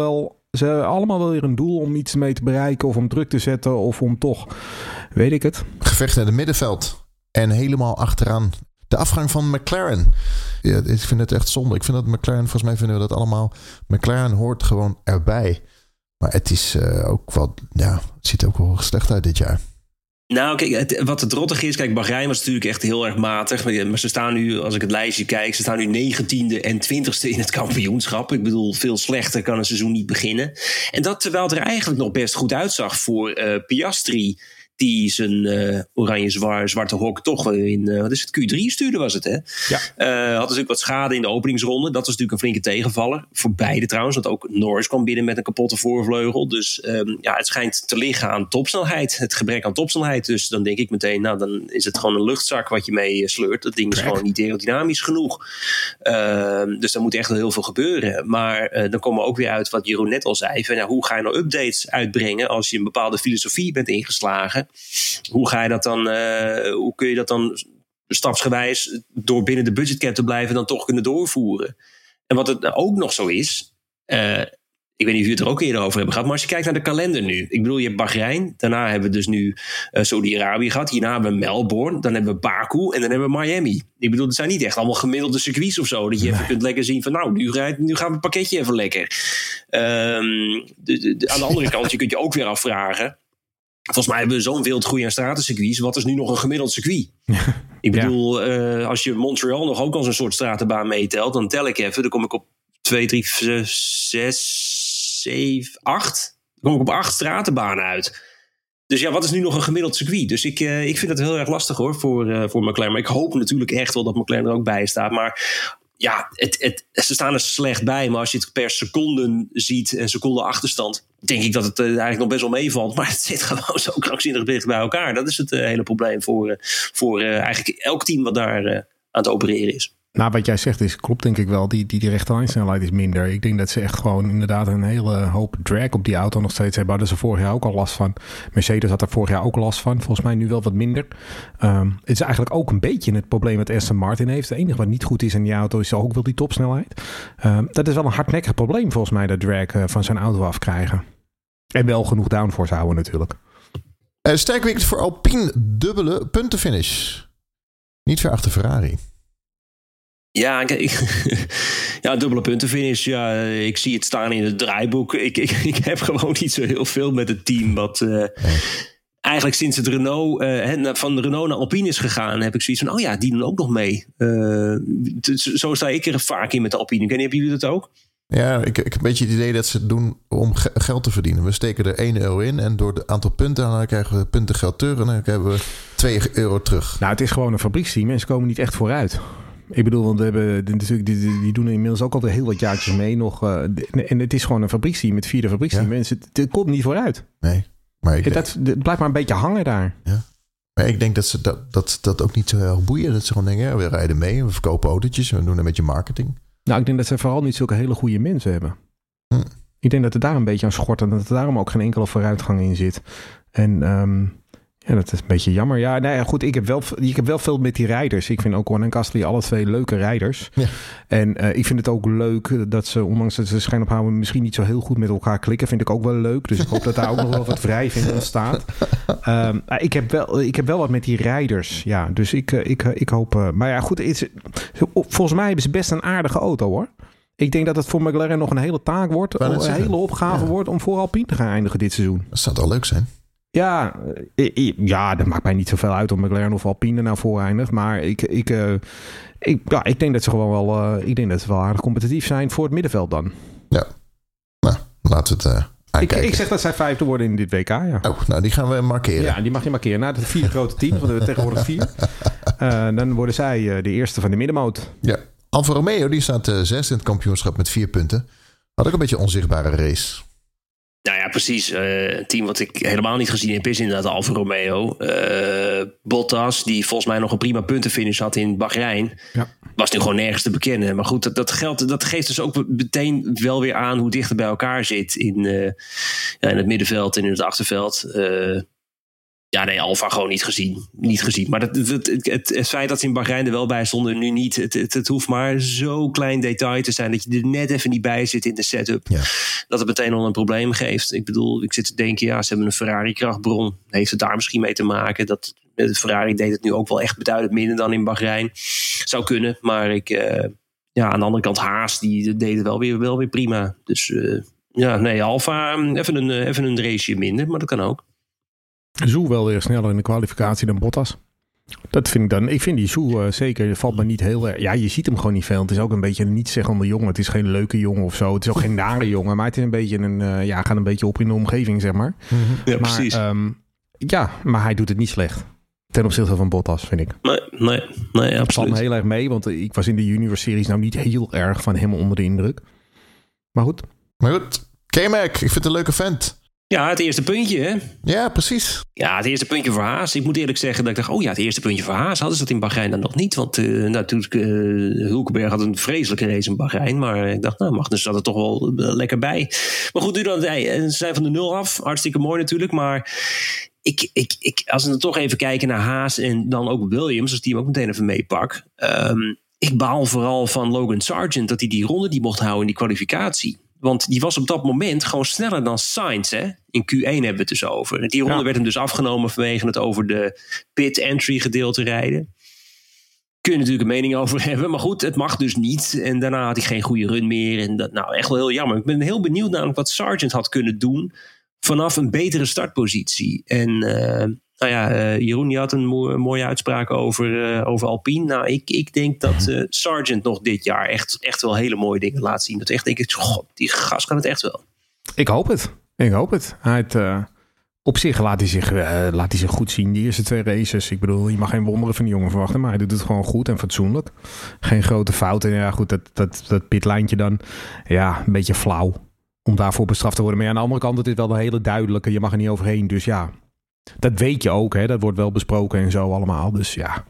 wel weer een doel om iets mee te bereiken of om druk te zetten of om toch, weet ik het. Gevecht naar het middenveld en helemaal achteraan. De afgang van McLaren. Ja, ik vind het echt zonde. Ik vind dat McLaren, volgens mij vinden we dat allemaal. McLaren hoort gewoon erbij. Maar het is ook wel, ja, het ziet er ook wel slecht uit dit jaar. Nou, kijk, wat het rottig is... Kijk, Bahrein was natuurlijk echt heel erg matig. Maar ze staan nu, als ik het lijstje kijk... ze staan nu 19e en 20e in het kampioenschap. Ik bedoel, veel slechter kan een seizoen niet beginnen. En dat terwijl het er eigenlijk nog best goed uitzag voor Piastri... die zijn oranje-zwarte hok toch weer in... wat is het, Q3 stuurde was het, hè? Ja. Had natuurlijk wat schade in de openingsronde. Dat was natuurlijk een flinke tegenvaller. Voor beide trouwens, want ook Norris kwam binnen met een kapotte voorvleugel. Dus het schijnt te liggen aan topsnelheid. Het gebrek aan topsnelheid. Dus dan denk ik meteen, dan is het gewoon een luchtzak wat je mee sleurt. Dat ding is gewoon niet aerodynamisch genoeg. Dus daar moet echt heel veel gebeuren. Maar dan komen we ook weer uit wat Jeroen net al zei. Van, hoe ga je nou updates uitbrengen als je een bepaalde filosofie bent ingeslagen? Hoe ga je dat dan? Hoe kun je dat dan stapsgewijs door binnen de budgetcap te blijven dan toch kunnen doorvoeren? En wat het ook nog zo is, ik weet niet of jullie het er ook eerder over hebben gehad, maar als je kijkt naar de kalender nu, ik bedoel, je hebt Bahrein, daarna hebben we dus nu Saudi-Arabië gehad, hierna hebben we Melbourne, dan hebben we Baku en dan hebben we Miami. Ik bedoel, het zijn niet echt allemaal gemiddelde circuits of zo, dat je even kunt lekker zien van, nu gaan we het pakketje even lekker. Aan de andere kant, je kunt je ook weer afvragen. Volgens mij hebben we zo'n wild aan stratencircuits. Wat is nu nog een gemiddeld circuit? Ik bedoel, als je Montreal nog ook als een soort stratenbaan meetelt, dan tel ik even. Dan kom ik op 2, 3, 6, 7, 8. Dan kom ik op 8 stratenbanen uit. Dus ja, wat is nu nog een gemiddeld circuit? Dus ik vind het heel erg lastig hoor voor McLaren. Maar ik hoop natuurlijk echt wel dat McLaren er ook bij staat. Maar ja, ze staan er slecht bij. Maar als je het per seconde ziet en seconde achterstand, denk ik dat het eigenlijk nog best wel meevalt. Maar het zit gewoon zo krankzinnig dicht bij elkaar. Dat is het hele probleem voor eigenlijk elk team wat daar aan het opereren is. Nou, wat jij zegt klopt denk ik wel. Die rechterlijnsnelheid is minder. Ik denk dat ze echt gewoon inderdaad een hele hoop drag op die auto nog steeds hebben. Hadden ze vorig jaar ook al last van. Mercedes had er vorig jaar ook last van. Volgens mij nu wel wat minder. Het is eigenlijk ook een beetje het probleem wat Aston Martin heeft. Het enige wat niet goed is in die auto is ook wel die topsnelheid. Dat is wel een hardnekkig probleem volgens mij, dat drag van zijn auto afkrijgen. En wel genoeg downforce houden natuurlijk. Sterk weekend voor Alpine, dubbele puntenfinish. Niet ver achter Ferrari. Ja, dubbele puntenfinish. Ja, ik zie het staan in het draaiboek. Ik heb gewoon niet zo heel veel met het team. Wat eigenlijk sinds het Renault van Renault naar Alpine is gegaan, heb ik zoiets van, die doen ook nog mee. Zo sta ik er vaak in met de Alpine. Hebben jullie dat ook? Ja, ik heb een beetje het idee dat ze het doen om geld te verdienen. We steken er €1 in en door het aantal punten dan krijgen we puntengeld terug en dan krijgen we €2 terug. Nou, het is gewoon een fabrieksteam en ze komen niet echt vooruit. Ik bedoel, want die doen inmiddels ook al heel wat jaartjes mee nog. En het is gewoon een fabrieksteam met 4e fabrieksteam. Ja. Mensen, het komt niet vooruit. Nee. Maar het blijft maar een beetje hangen daar. Ja. Maar ik denk dat ze dat ook niet zo heel boeien. Dat ze gewoon denken, we rijden mee, we verkopen autootjes, we doen een beetje marketing. Nou, ik denk dat ze vooral niet zulke hele goede mensen hebben. Ik denk dat het daar een beetje aan schort en dat er daarom ook geen enkele vooruitgang in zit. En dat is een beetje jammer. Ja, nou ja, goed, ik heb wel veel met die rijders. Ik vind Ocon en Gasly alle twee leuke rijders. Ja. En ik vind het ook leuk dat ze, ondanks dat ze schijn ophouden, misschien niet zo heel goed met elkaar klikken. Vind ik ook wel leuk. Dus ik hoop dat daar ook nog wel wat wrijving in ontstaat. Ik heb wel wat met die rijders. Ja, dus ik hoop. Maar ja, goed. Volgens mij hebben ze best een aardige auto, hoor. Ik denk dat het voor McLaren nog een hele taak wordt. Een hele opgave wordt om voor Alpine te gaan eindigen dit seizoen. Dat zou wel leuk zijn. Ja, dat maakt mij niet zoveel uit of McLaren of Alpine er nou voor eindigt. Maar ik denk dat ze gewoon wel... ik denk dat ze wel aardig competitief zijn voor het middenveld dan. Ja, nou, laten we het aankijken. Ik zeg dat zij 5e worden in dit WK, ja. Oh, nou die gaan we markeren. Ja, die mag je markeren. Na de 4 grote teams, want we hebben tegenwoordig 4. Dan worden zij de eerste van de middenmoot. Ja, Alfa Romeo die staat 6 in het kampioenschap met 4 punten. Had ook een beetje een onzichtbare race. Nou ja, precies. Een team wat ik helemaal niet gezien heb is inderdaad Alfa Romeo. Bottas, die volgens mij nog een prima puntenfinish had in Bahrein. Ja. Was nu gewoon nergens te bekennen. Maar goed, dat geeft dus ook meteen wel weer aan hoe dicht het bij elkaar zit in het middenveld en in het achterveld. Alfa gewoon niet gezien. Maar het feit dat ze in Bahrein er wel bij stonden, nu niet. Het hoeft maar zo'n klein detail te zijn dat je er net even niet bij zit in de setup. Ja. Dat het meteen al een probleem geeft. Ik bedoel, ik zit te denken, ze hebben een Ferrari krachtbron. Heeft het daar misschien mee te maken? Dat de Ferrari deed het nu ook wel echt beduidend minder dan in Bahrein. Zou kunnen, maar aan de andere kant Haas, die deed het wel weer prima. Dus Alfa, even een raceje minder, maar dat kan ook. Zhou wel weer sneller in de kwalificatie dan Bottas. Dat vind ik dan. Ik vind die Zhou zeker, valt me niet heel erg. Ja, je ziet hem gewoon niet veel. Het is ook een beetje een niet-zeggende jongen. Het is geen leuke jongen of zo. Het is ook geen nare jongen. Maar het is een beetje gaat een beetje op in de omgeving, zeg maar. Mm-hmm. Ja, maar, precies. Maar hij doet het niet slecht. Ten opzichte van Bottas, vind ik. Nee, absoluut. Het valt me heel erg mee, want ik was in de junior series nou niet heel erg van hem onder de indruk. Maar goed. K-Mac, ik vind het een leuke vent. Ja, het eerste puntje, hè? Ja, precies. Ja, het eerste puntje voor Haas. Ik moet eerlijk zeggen dat ik dacht, het eerste puntje voor Haas. Hadden ze dat in Bahrein dan nog niet? Want natuurlijk, Hulkenberg had een vreselijke race in Bahrein. Maar ik dacht, Magnus zat er toch wel lekker bij. Maar goed, nu dan, ze zijn van de 0 af. Hartstikke mooi natuurlijk, maar... als we dan toch even kijken naar Haas en dan ook Williams, als die hem ook meteen even meepak. Ik baal vooral van Logan Sargent dat hij die ronde die mocht houden in die kwalificatie. Want die was op dat moment gewoon sneller dan Sainz. Hè? In Q1 hebben we het dus over. Die ronde werd hem dus afgenomen vanwege het over de pit entry gedeelte rijden. Kun je natuurlijk een mening over hebben. Maar goed, het mag dus niet. En daarna had hij geen goede run meer. En dat, echt wel heel jammer. Ik ben heel benieuwd namelijk wat Sargent had kunnen doen vanaf een betere startpositie. En Jeroen, je had een mooie uitspraak over Alpine. Nou, ik denk dat Sargent nog dit jaar echt wel hele mooie dingen laat zien. Dat echt denk ik, die gast kan het echt wel. Ik hoop het. Op zich laat hij zich goed zien, die eerste 2 races. Ik bedoel, je mag geen wonderen van die jongen verwachten, maar hij doet het gewoon goed en fatsoenlijk. Geen grote fouten. Ja, goed, dat pitlijntje dan, een beetje flauw om daarvoor bestraft te worden. Maar aan de andere kant, het is wel een hele duidelijke, je mag er niet overheen. Dus ja, dat weet je ook, hè. Dat wordt wel besproken en zo allemaal. Dus ja.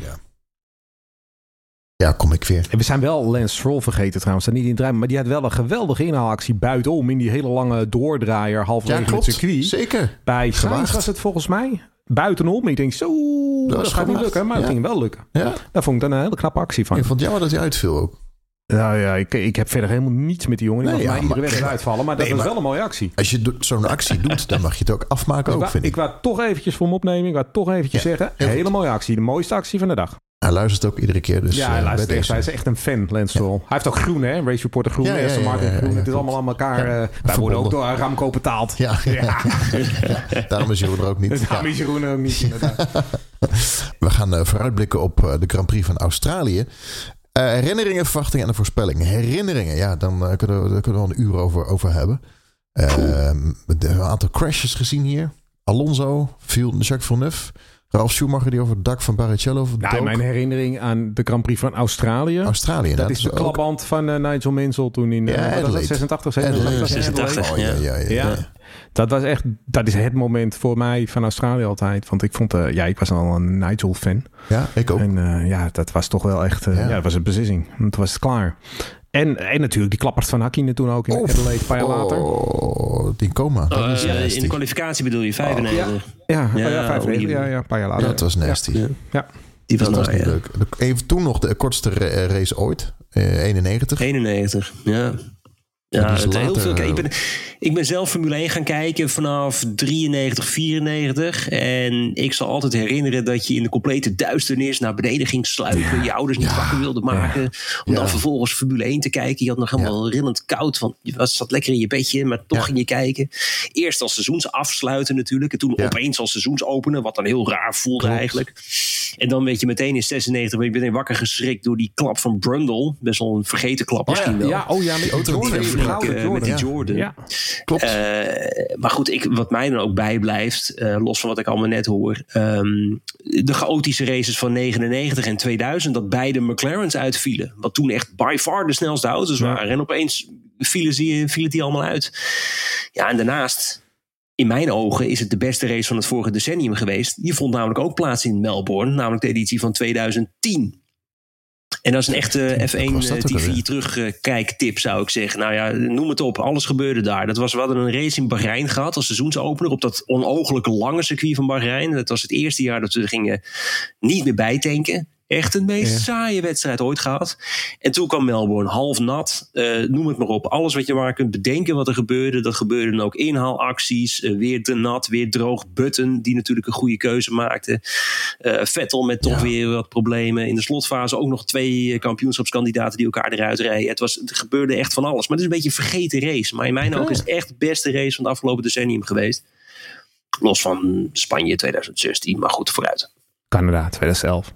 Ja, kom ik weer. En we zijn wel Lance Stroll vergeten trouwens, dat niet in het ruim. Maar die had wel een geweldige inhaalactie buitenom in die hele lange doordraaier halverwege het circuit. Zeker. Bij Sainz was het volgens mij. Buitenom. Ik denk zo, dat gaat niet lukken. Maar het ging wel lukken. Ja. Daar vond ik dan een hele knappe actie van. Ik vond het jammer dat hij uitviel ook. Nou ja, ik heb verder helemaal niets met die jongen. Die mij iedere wedstrijd uitvallen. Maar dat was wel een mooie actie. Als je zo'n actie doet, dan mag je het ook afmaken ook, vind ik. Ik wou toch eventjes voor hem opnemen. Ik wou toch eventjes zeggen. Hele mooie actie. De mooiste actie van de dag. Hij luistert ook iedere keer. Dus, hij luistert echt. Hij is echt een fan, Lance Stroll. Hij heeft ook groen, hè? Race Reporter groen, Aston Martin groen. Het is allemaal aan elkaar. Wij worden ook door Aramco betaald. Ja. Daarom is Jeroen er ook niet. Daarom is Jeroen er ook niet, inderdaad. We gaan vooruitblikken op de Grand Prix van Australië. Herinneringen, verwachtingen en een voorspelling. Herinneringen, dan kunnen we wel een uur over hebben. Een aantal crashes gezien hier. Alonso, Jacques Villeneuve, Ralf Schumacher die over het dak van Barrichello dook. Mijn herinnering aan de Grand Prix van Australië. Dat is de klapband van Nigel Mansell toen in 86, 86. Dat is het moment voor mij van Australië altijd. Want ik vond, ik was al een Nigel fan. Ja, ik ook. En dat was toch wel echt, dat was een beslissing. Het was klaar. En natuurlijk die klappers van Hakkinen toen ook in Adelaide een paar jaar later. Die coma. In de kwalificatie bedoel je 95. Een paar jaar later. Dat was nasty. Ja. Die was niet leuk. Even toen nog de kortste race ooit. 91. 91, ja. Ja, het heel veel. Ik ben zelf Formule 1 gaan kijken vanaf 93, 94. En ik zal altijd herinneren dat je in de complete duisternis naar beneden ging sluipen. Je ouders niet wakker wilde maken. Om dan vervolgens Formule 1 te kijken. Je had nog helemaal rillend koud. Want je zat lekker in je bedje, maar toch ging je kijken. Eerst als seizoensafsluiten natuurlijk. En toen opeens als seizoensopenen. Wat dan heel raar voelde eigenlijk. En dan weet je meteen in 96 ben je meteen wakker geschrikt door die klap van Brundle. Best wel een vergeten klap misschien wel. Ja, met die auto met die Jordan. Ja. Klopt. Maar goed, wat mij dan ook bijblijft, los van wat ik allemaal net hoor, de chaotische races van 99 en 2000, dat beide McLaren's uitvielen. Wat toen echt by far de snelste auto's waren. En opeens vielen die allemaal uit. Ja, en daarnaast, in mijn ogen, is het de beste race van het vorige decennium geweest. Die vond namelijk ook plaats in Melbourne, namelijk de editie van 2010. En dat is een echte F1 TV terugkijktip, zou ik zeggen. Nou ja, noem het op. Alles gebeurde daar. We hadden een race in Bahrein gehad als seizoensopener op dat onogelijk lange circuit van Bahrein. Dat was het eerste jaar dat we gingen niet meer bijtanken. Echt een meest saaie wedstrijd ooit gehad. En toen kwam Melbourne, half nat. Noem het maar op. Alles wat je maar kunt bedenken wat er gebeurde. Dat gebeurde dan ook. Inhaalacties. Weer te nat, weer droog. Button, die natuurlijk een goede keuze maakte. Vettel met toch weer wat problemen. In de slotfase ook nog 2 kampioenschapskandidaten die elkaar eruit rijden. Het gebeurde echt van alles. Maar het is een beetje een vergeten race. Maar in mijn ogen is het echt de beste race van het afgelopen decennium geweest. Los van Spanje 2016. Maar goed, vooruit. Canada 2011.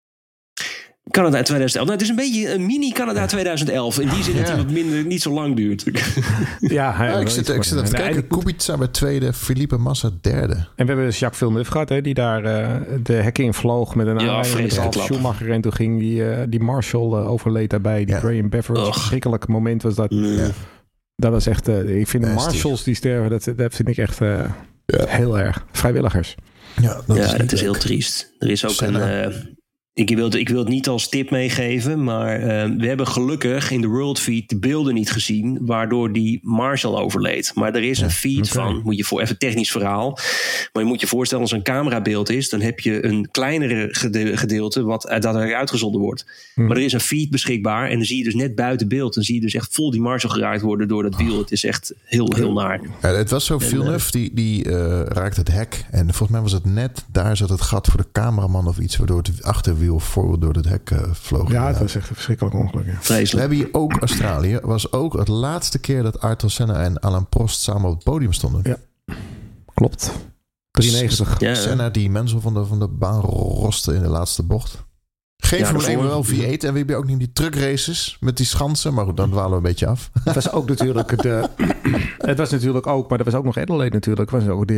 Canada 2011. Nou, het is een beetje een mini Canada 2011. In die zin dat hij wat minder, niet zo lang duurt. Ik zit even te kijken. Kubica bij tweede, Felipe Massa derde. En we hebben Jacques Villeneuve gehad, hè, die daar de hekken in vloog met een aanrijding met Schumacher. En toen ging die Marshall overleed daarbij. Die Graham Beveridge. Een verschrikkelijk moment was dat. Dat was echt... ik vind de Marshalls die sterven, dat vind ik echt heel erg. Vrijwilligers. Dat is heel triest. Er is ook Ik wil het niet als tip meegeven, maar we hebben gelukkig in de World Feed de beelden niet gezien, waardoor die Marshall overleed. Maar er is een feed van, moet je voor even technisch verhaal, maar je moet je voorstellen als een camerabeeld is, dan heb je een kleinere gedeelte wat daadwerkelijk uitgezonden wordt. Maar er is een feed beschikbaar en dan zie je dus net buiten beeld, dan zie je dus echt vol die Marshall geraakt worden door dat wiel. Het is echt heel, heel naar. Ja, het was zo, Villeneuve die raakte het hek en volgens mij was het net, daar zat het gat voor de cameraman of iets, waardoor het achterwiel voor door het hek vloog. Ja, het was echt een verschrikkelijk ongeluk. Ja. Vreselijk. We hebben hier ook Australië. Was ook het laatste keer dat Ayrton Senna en Alain Prost samen op het podium stonden. Ja, klopt. 93. Senna die Menzel van de baan roste in de laatste bocht. Geen Formule 1, maar wel V8. En we hebben ook niet die truckraces met die schansen. Maar goed, dan dwalen we een beetje af. Het was ook natuurlijk het was natuurlijk ook, maar er was ook nog Adelaide natuurlijk. Het was ook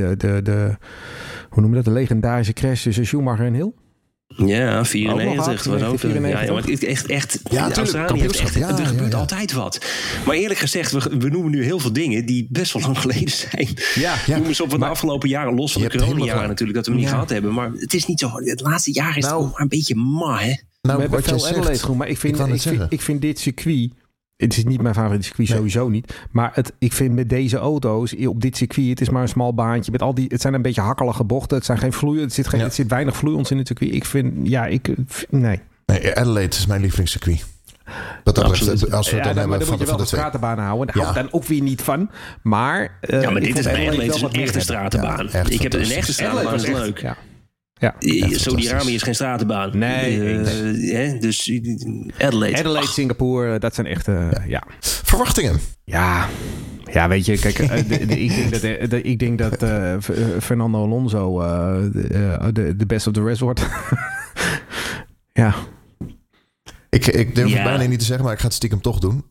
hoe noem je dat? De legendarische crash tussen Schumacher en Hill. Ja, 94. Was ook 94. Ja, maar het is echt Australië heeft echt, er gebeurt altijd wat. Maar eerlijk gezegd, we noemen nu heel veel dingen die best wel lang geleden zijn. Noem eens op wat de afgelopen jaren, los van de coronajaren natuurlijk, dat we niet gehad hebben. Maar het is niet zo. Het laatste jaar is het maar een beetje hè? We hebben veel Adelaide groen, maar ik vind dit circuit... Het is niet mijn favoriete circuit, sowieso niet. Maar ik vind met deze auto's op dit circuit, het is maar een smal baantje. Met al die, het zijn een beetje hakkelige bochten. Het zijn geen vloei. Het zit weinig vloeions in het circuit. Ik vind, nee. Nee, Adelaide is mijn lievelingscircuit. Als we dan hebben van de stratenbanen houden. Daar hou ik dan ook weer niet van. Maar dit is een echte stratenbaan. Ik heb een echte stratenbaan, dat is leuk. Ja, Saudi-Arabië is geen stratenbaan. Nee. Dus Adelaide, Singapore, dat zijn echt... Verwachtingen? Ja, weet je, kijk, ik denk dat Fernando Alonso de best of the rest wordt. Ja. Ik durf het bijna niet te zeggen, maar ik ga het stiekem toch doen.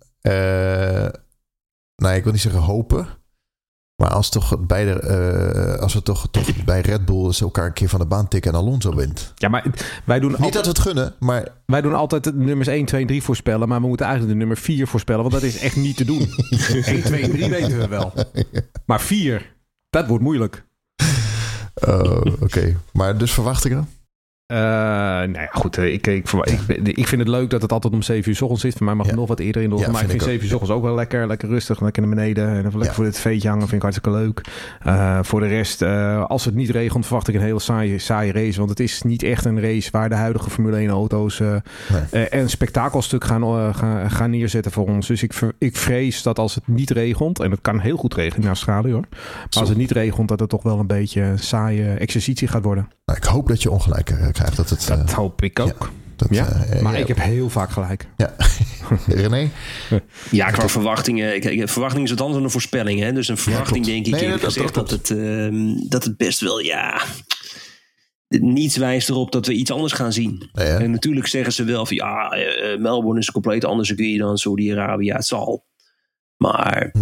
Ik wil niet zeggen hopen. Maar als we toch bij Red Bull ze elkaar een keer van de baan tikken en Alonso wint. Ja, maar wij doen niet dat we het gunnen, maar... Wij doen altijd de nummers 1, 2 en 3 voorspellen, maar we moeten eigenlijk de nummer 4 voorspellen, want dat is echt niet te doen. 1, 2 en 3 weten we wel. Maar 4, dat wordt moeilijk. Oké. Maar dus verwachtingen? Goed. Ik vind het leuk dat het altijd om 7 uur 's ochtends is. Voor mij mag het nog wat eerder in de ochtend. Maar ik vind 7 uur 's ochtends ook wel lekker rustig. Lekker naar beneden. En even lekker voor het veetje hangen. Vind ik hartstikke leuk. Voor de rest, als het niet regent, verwacht ik een hele saaie race. Want het is niet echt een race waar de huidige Formule 1 auto's een spektakelstuk gaan neerzetten voor ons. Dus ik vrees dat als het niet regent, en het kan heel goed regenen in Australië hoor. Maar als het niet regent, dat het toch wel een beetje een saaie exercitie gaat worden. Nou, ik hoop dat je ongelijk krijgt. Dat hoop ik ook. Maar ik heb heel vaak gelijk. Ja. René? Ja, qua verwachtingen. Verwachting is wat anders dan een voorspelling. Hè? Dus een verwachting denk ik dat het best wel, niets wijst erop dat we iets anders gaan zien. Ja. En natuurlijk zeggen ze wel van Melbourne is een compleet ander circuit dan Saudi-Arabië. Het zal. Maar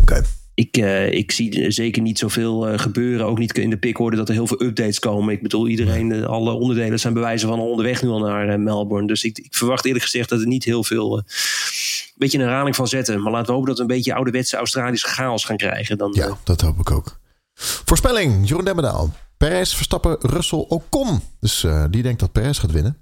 ik zie zeker niet zoveel gebeuren. Ook niet in de pickorde dat er heel veel updates komen. Ik bedoel, alle onderdelen zijn bewijzen van onderweg nu al naar Melbourne. Dus ik verwacht eerlijk gezegd dat er niet heel veel een beetje een herhaling van zetten. Maar laten we hopen dat we een beetje ouderwetse Australische chaos gaan krijgen. Dat hoop ik ook. Voorspelling, Jeroen Demmendaal. Perez, Verstappen, Russell, Ocon. Dus die denkt dat Perez gaat winnen.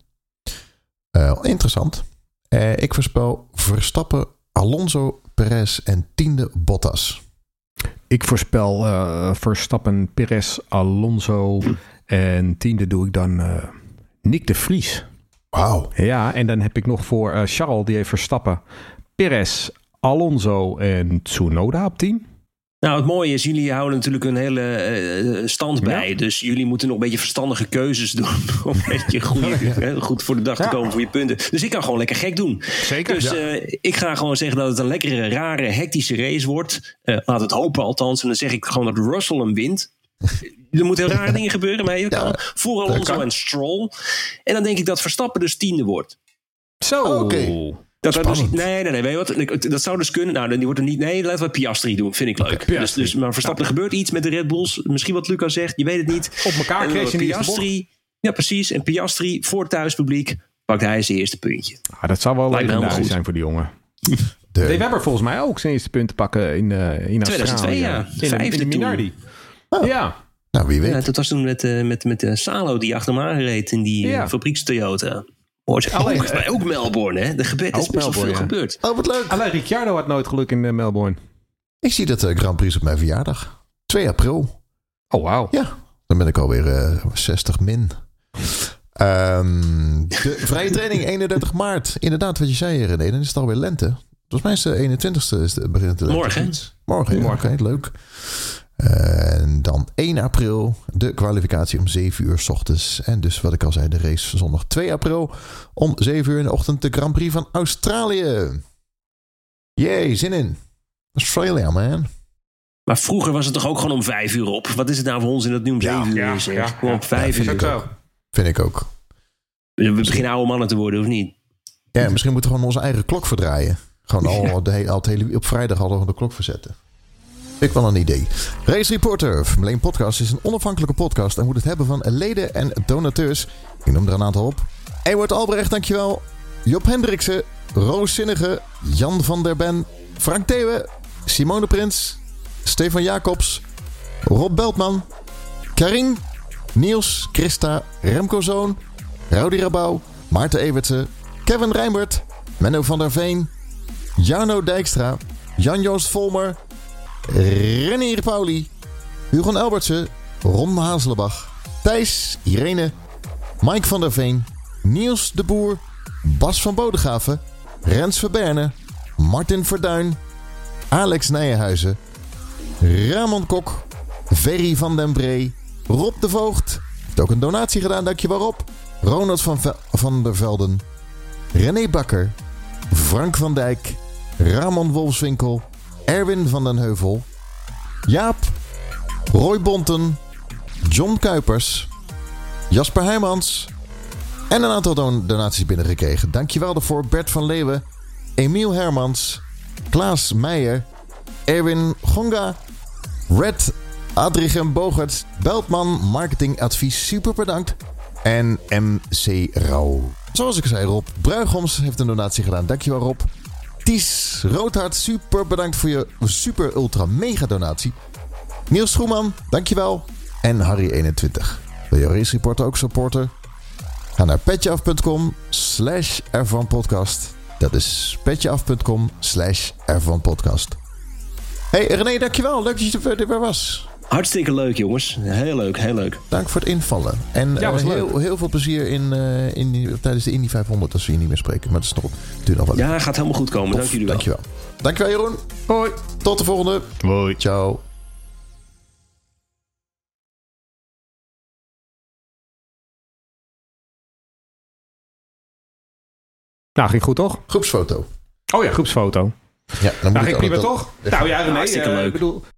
Interessant. Ik voorspel Verstappen, Alonso, Perez en 10e Bottas. Ik voorspel Verstappen, Perez, Alonso en 10e doe ik dan Nick de Vries. Wauw. Ja, en dan heb ik nog voor Charles, die heeft Verstappen, Perez, Alonso en Tsunoda op 10. Nou, het mooie is, jullie houden natuurlijk een hele stand bij. Dus jullie moeten nog een beetje verstandige keuzes doen. Om een beetje goed voor de dag te komen voor je punten. Dus ik kan gewoon lekker gek doen. Zeker. Dus ik ga gewoon zeggen dat het een lekkere, rare, hectische race wordt. Laat het hopen althans. En dan zeg ik gewoon dat Russell hem wint. Er moeten heel rare dingen gebeuren. Maar voor Alonso en Stroll. En dan denk ik dat Verstappen dus 10e wordt. Zo. Oké. Nee. Weet je wat? Dat zou dus kunnen. Nou, die wordt er niet. Nee, laten we Piastri doen. Vind ik leuk. Dus, maar Verstappen, er gebeurt iets met de Red Bulls. Misschien wat Lucas zegt. Je weet het niet. Op elkaar crashen Piastri. Ja, precies. En Piastri voor het thuispubliek pakt hij zijn eerste puntje. Dat zou wel legendarisch zijn voor die jongen. Dave Webber volgens mij ook zijn eerste punt te pakken in Australië. 2002, ja. In de Minardi. Ja. Nou, wie weet. Ja, dat was toen met Salo die achter hem aanreed in die fabrieks Toyota. Ook Melbourne, hè? Er is best wel veel gebeurd. Oh, wat leuk. Alleen Ricciardo had nooit geluk in Melbourne. Ik zie dat Grand Prix op mijn verjaardag. 2 april. Oh, wauw. Ja, dan ben ik alweer 60 min. De vrije training 31 maart. Inderdaad, wat je zei, René, dan is het alweer lente. Volgens mij is de 21ste begint de Morgen. Morgen. Oké, leuk. En dan 1 april de kwalificatie om 7 uur 's ochtends. En dus wat ik al zei, de race zondag 2 april om 7 uur in de ochtend. De Grand Prix van Australië. Jee, zin in. Australia, man. Maar vroeger was het toch ook gewoon om 5 uur op? Wat is het nou voor ons in dat nu om 7 uur is? Gewoon om 5 uur. Vind ik ook. We beginnen oude mannen te worden, of niet? Ja, misschien moeten we gewoon onze eigen klok verdraaien. Gewoon op vrijdag al de klok verzetten. Ik wel een idee. Race Reporter, Formule 1 Podcast, is een onafhankelijke podcast en moet het hebben van leden en donateurs. Ik noem er een aantal op. Ewart Albrecht, dankjewel. Job Hendriksen, Roos Zinnige, Jan van der Ben, Frank Theeuwen, Simone Prins, Stefan Jacobs, Rob Beltman, Karin, Niels, Christa, Remco Zoon, Rowdy Rabouw, Maarten Evertsen, Kevin Rijnbert, Menno van der Veen, Jarno Dijkstra, Jan-Joost Volmer, Renier Pauli, Hugo Elbertsen, Ron Hazelenbach, Thijs, Irene, Mike van der Veen, Niels de Boer, Bas van Bodegraven, Rens Verberne, Martin Verduin, Alex Nijenhuizen, Ramon Kok, Ferry van den Bree, Rob de Voogd, heeft ook een donatie gedaan, dankjewel Rob, Ronald van der Velden, René Bakker, Frank van Dijk, Ramon Wolfswinkel, Erwin van den Heuvel, Jaap, Roy Bonten, John Kuipers, Jasper Heijmans en een aantal donaties binnengekregen. Dankjewel daarvoor Bert van Leeuwen, Emiel Hermans, Klaas Meijer, Erwin Gonga, Red, Adrichem Bogert, Beltman, marketingadvies, super bedankt. En MC Rauw. Zoals ik zei, Rob Bruigoms heeft een donatie gedaan. Dankjewel Rob. Ties Roodhart, super bedankt voor je super ultra mega donatie. Niels Schoeman, dankjewel. En Harry21. Wil je Race Reporter ook supporter? Ga naar petjeaf.com/ervanpodcast. Dat is petjeaf.com/ervanpodcast. Hey René, dankjewel. Leuk dat je er weer was. Hartstikke leuk, jongens. Heel leuk, heel leuk. Dank voor het invallen. En heel veel plezier tijdens de Indy 500 als we je niet meer spreken. Maar dat is duurt nog wel. Ja, gaat helemaal goed komen. Dank jullie wel. Dankjewel Jeroen. Hoi. Tot de volgende. Hoi. Ciao. Nou, ging goed toch? Groepsfoto. Oh ja, groepsfoto. Ja, dan moet ging prima toch? Nou ja, René. Hartstikke leuk. Ik bedoel,